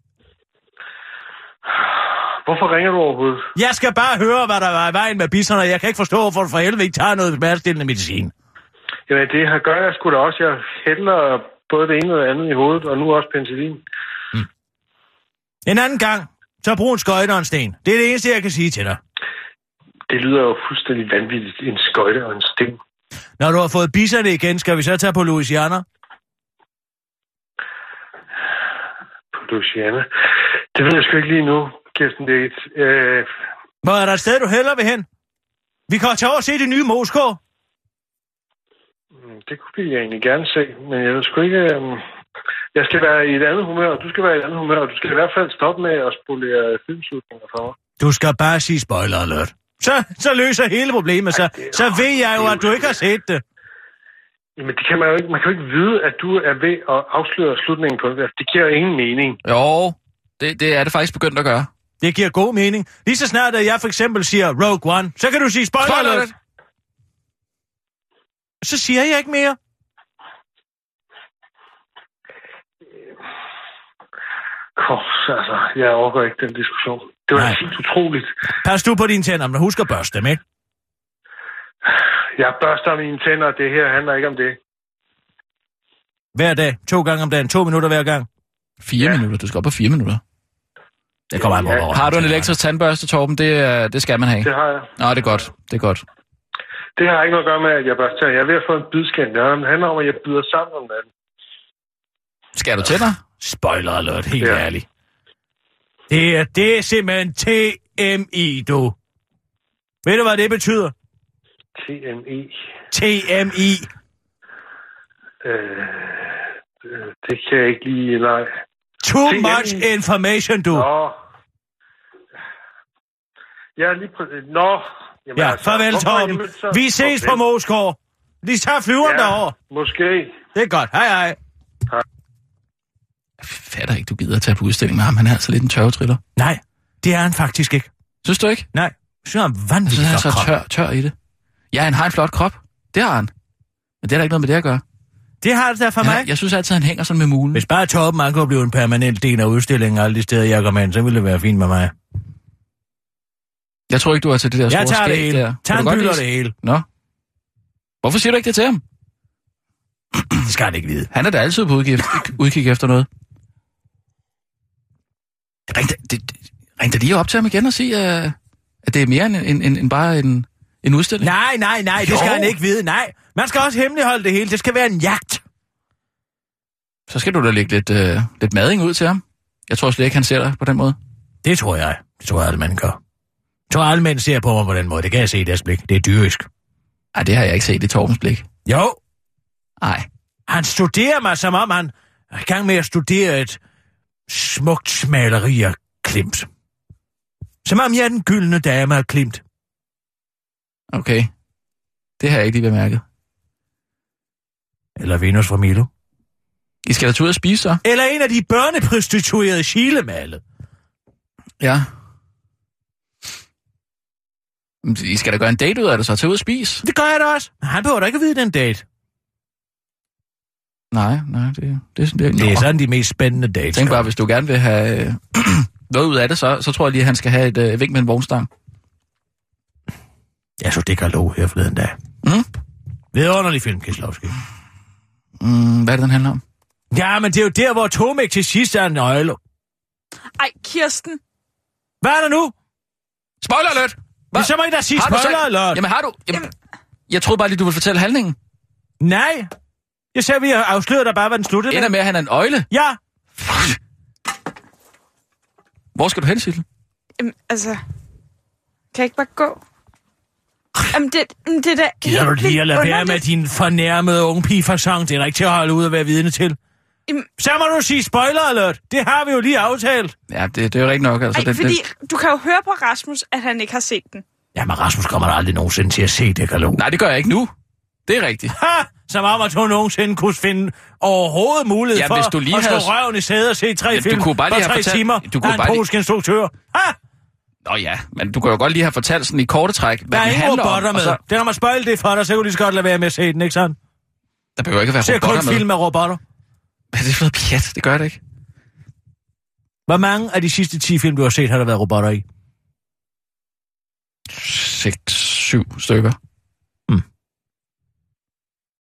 Hvorfor ringer du overhovedet?
Jeg skal bare høre, hvad der var i vejen med bisserne, og jeg kan ikke forstå, hvorfor du for helvede ikke tager noget smertestillende medicin.
Jamen, det her gør jeg sgu da også. Jeg hælder både det ene og det andet i hovedet, og nu også penicillin.
Hmm. En anden gang, så brug en skøjte og en sten. Det er det eneste, jeg kan sige til dig.
Det lyder jo fuldstændig vanvittigt, en skøjte og en sten.
Når du har fået bisserne igen, skal vi så tage på Louisiana?
På Louisiana? Det ved jeg sgu ikke lige nu, Kirsten Date. Øh...
Hvor er der et sted, du hellere vil hen? Vi kan tage over og se det nye Moskva.
Det kunne vi egentlig gerne se, men jeg ved sgu ikke... Um... Jeg skal være i et andet humør, og du skal være i et andet humør, og du skal i hvert fald stoppe med at spolere filmslutninger for mig.
Du skal bare sige spoiler alert. Så, så løser hele problemet, så, Ej, så ved jeg jo, at du ikke har set det.
Jamen, det kan man jo ikke. Man kan jo ikke vide, at du er ved at afsløre slutningen på det. Det giver jo ingen mening.
Jo, det, det er det faktisk begyndt at gøre.
Det giver god mening. Lige så snart, at jeg for eksempel siger Rogue One, så kan du sige spoiler, spoiler alert. Så siger jeg ikke mere.
Kors, altså, jeg overgår ikke den diskussion. Det var helt utroligt.
Pas du på dine tænder, men husk at børste dem, ikke?
Jeg børster mine tænder, det her handler ikke om det.
Hver dag, to gange om dagen, to minutter hver gang.
Fire ja. minutter, du skal op på fire minutter. Det kommer ja, ja. Har du en elektrisk tandbørste, Torben? Det, det skal man have.
Det har jeg.
Nå, det er godt. Det er godt.
Det har ikke noget at gøre med, at jeg børster. Jeg er ved at få en bidskænd. Det handler om, at jeg byder sammen om natten.
Skal du til dig?
Spoiler alert, helt ja. ærligt. Det er, det er simpelthen T M I, du. Ved du, hvad det betyder?
T M I.
T M I.
Øh, det kan jeg ikke lige, nej.
Too T M I. Much information, du.
Nå. Ja, lige præcis. Nå. Jamen,
ja,
altså,
farvel, Torben. Vi ses okay. på Moskva. De tager flyveren ja, derovre.
Måske.
Det er godt. Hej, hej.
Hej.
Jeg fatter ikke, du gider at tage på udstilling med ham. Han er altså lidt en tørvetriller.
Nej, det er han faktisk ikke.
Synes du ikke?
Nej, jeg synes, han er vanvittigt
flot krop. Så er han så tør, tør i det. Ja, han har en flot krop. Det har han. Men det er der ikke noget med det at gøre.
Det har det der for
ja,
mig.
Jeg synes altid, han hænger sådan med mulen.
Hvis bare Torben man kunne blive en permanent del af udstillingen alle de steder, jeg går med, så ville det være fint med mig.
Jeg tror ikke, du er til det der store skæg der. Jeg tager det hele.
Tandbyller det hele.
Nå. Hvorfor siger du ikke det til ham?
Det skal han ikke vide.
Han er da altid på udkig, udkig efter noget. Ring da, det, ring da lige op til ham igen og sige, at, at det er mere end, end, end, end bare en, en udstilling.
Nej, nej, nej, jo. Det skal han ikke vide. Nej, man skal også hemmeligholde det hele. Det skal være en jagt.
Så skal du da lægge lidt, øh, lidt mading ud til ham. Jeg tror slet ikke, han ser dig på den måde.
Det tror jeg. Det tror jeg, alle mænd gør. Jeg tror, alle mænd ser på mig på den måde. Det kan jeg se i deres blik. Det er dyrisk.
Nej, det har jeg ikke set i Torbens blik.
Jo.
Nej.
Han studerer mig, som om han er i gang med at studere et smukt maleri af Klimt. Som om jeg er den gyldne dame af Klimt.
Okay. Det har jeg ikke lige bemærket.
Eller Venus fra Milo.
I skal da tage ud og spise, så?
Eller en af de børneprostituerede Chile-malet.
Ja. I skal da gøre en date ud af det, så tage ud og spise.
Det gør jeg da også. Men han behøver da ikke at vide den date.
Nej, nej, det, det, det,
det, det er sådan de mest spændende dates.
Tænk bare, hvis du gerne vil have øh, noget ud af det, så, så tror jeg lige, at han skal have et øh, vink med en vognstang.
Jeg så det kan lov her forleden dag.
Mm?
Vidunderlig film, Kieslowski.
Mm, hvad er det, den handler om?
Ja, men det er jo der, hvor Tomek til sidst er en nøgle.
Ej, Kirsten.
Hvad er der nu?
Spoiler alert!
Hva? Så må I da sige spoiler alert.
Jamen har du... Jamen, jeg troede bare lige, du ville fortælle handlingen.
Nej. Jeg sagde, vi har afsløret dig bare, hvad den sluttede.
Ender med, at han er en øgle?
Ja.
Hvor skal du hen, Sissel?
Jamen, altså... Kan jeg ikke bare gå? Jamen, det, det er da...
Gider du lige at lade være med din fornærmede unge pige-fasong? Det er ikke til at holde ud og være vidne til. Jamen, så må du sige spoiler alert. Det har vi jo lige aftalt.
Ja, det, det er jo rigtig nok. Altså,
Ej,
det,
fordi
det...
du kan jo høre på Rasmus, at han ikke har set den.
Jamen, Rasmus kommer aldrig nogensinde til at se det, Gallo.
Nej, det gør jeg ikke nu. Det er rigtigt.
Ha! Som om, at hun nogensinde kunne finde overhovedet mulighed ja, for
hvis du lige
at stå
havde...
røven i sædet og se tre
ja,
film
du kunne bare lige
på tre
fortalt...
timer
du kunne
af en
bare
polsk
lige...
instruktør. Ha!
Nå ja, men du kan jo godt lige have fortalt sådan i korte træk, hvad
der er
den
ingen
handler
robotter
om.
med.
Så...
Den har man spøjlet det for dig, så kan du lige så godt lade være med at se den, ikke sådan?
Der behøver ikke at være
Se
robotter med.
kun film med robotter.
Hvad er det for noget pjat? Det gør det ikke.
Hvor mange af de sidste ti film, du har set, har der været robotter i?
Seks, syv stykker.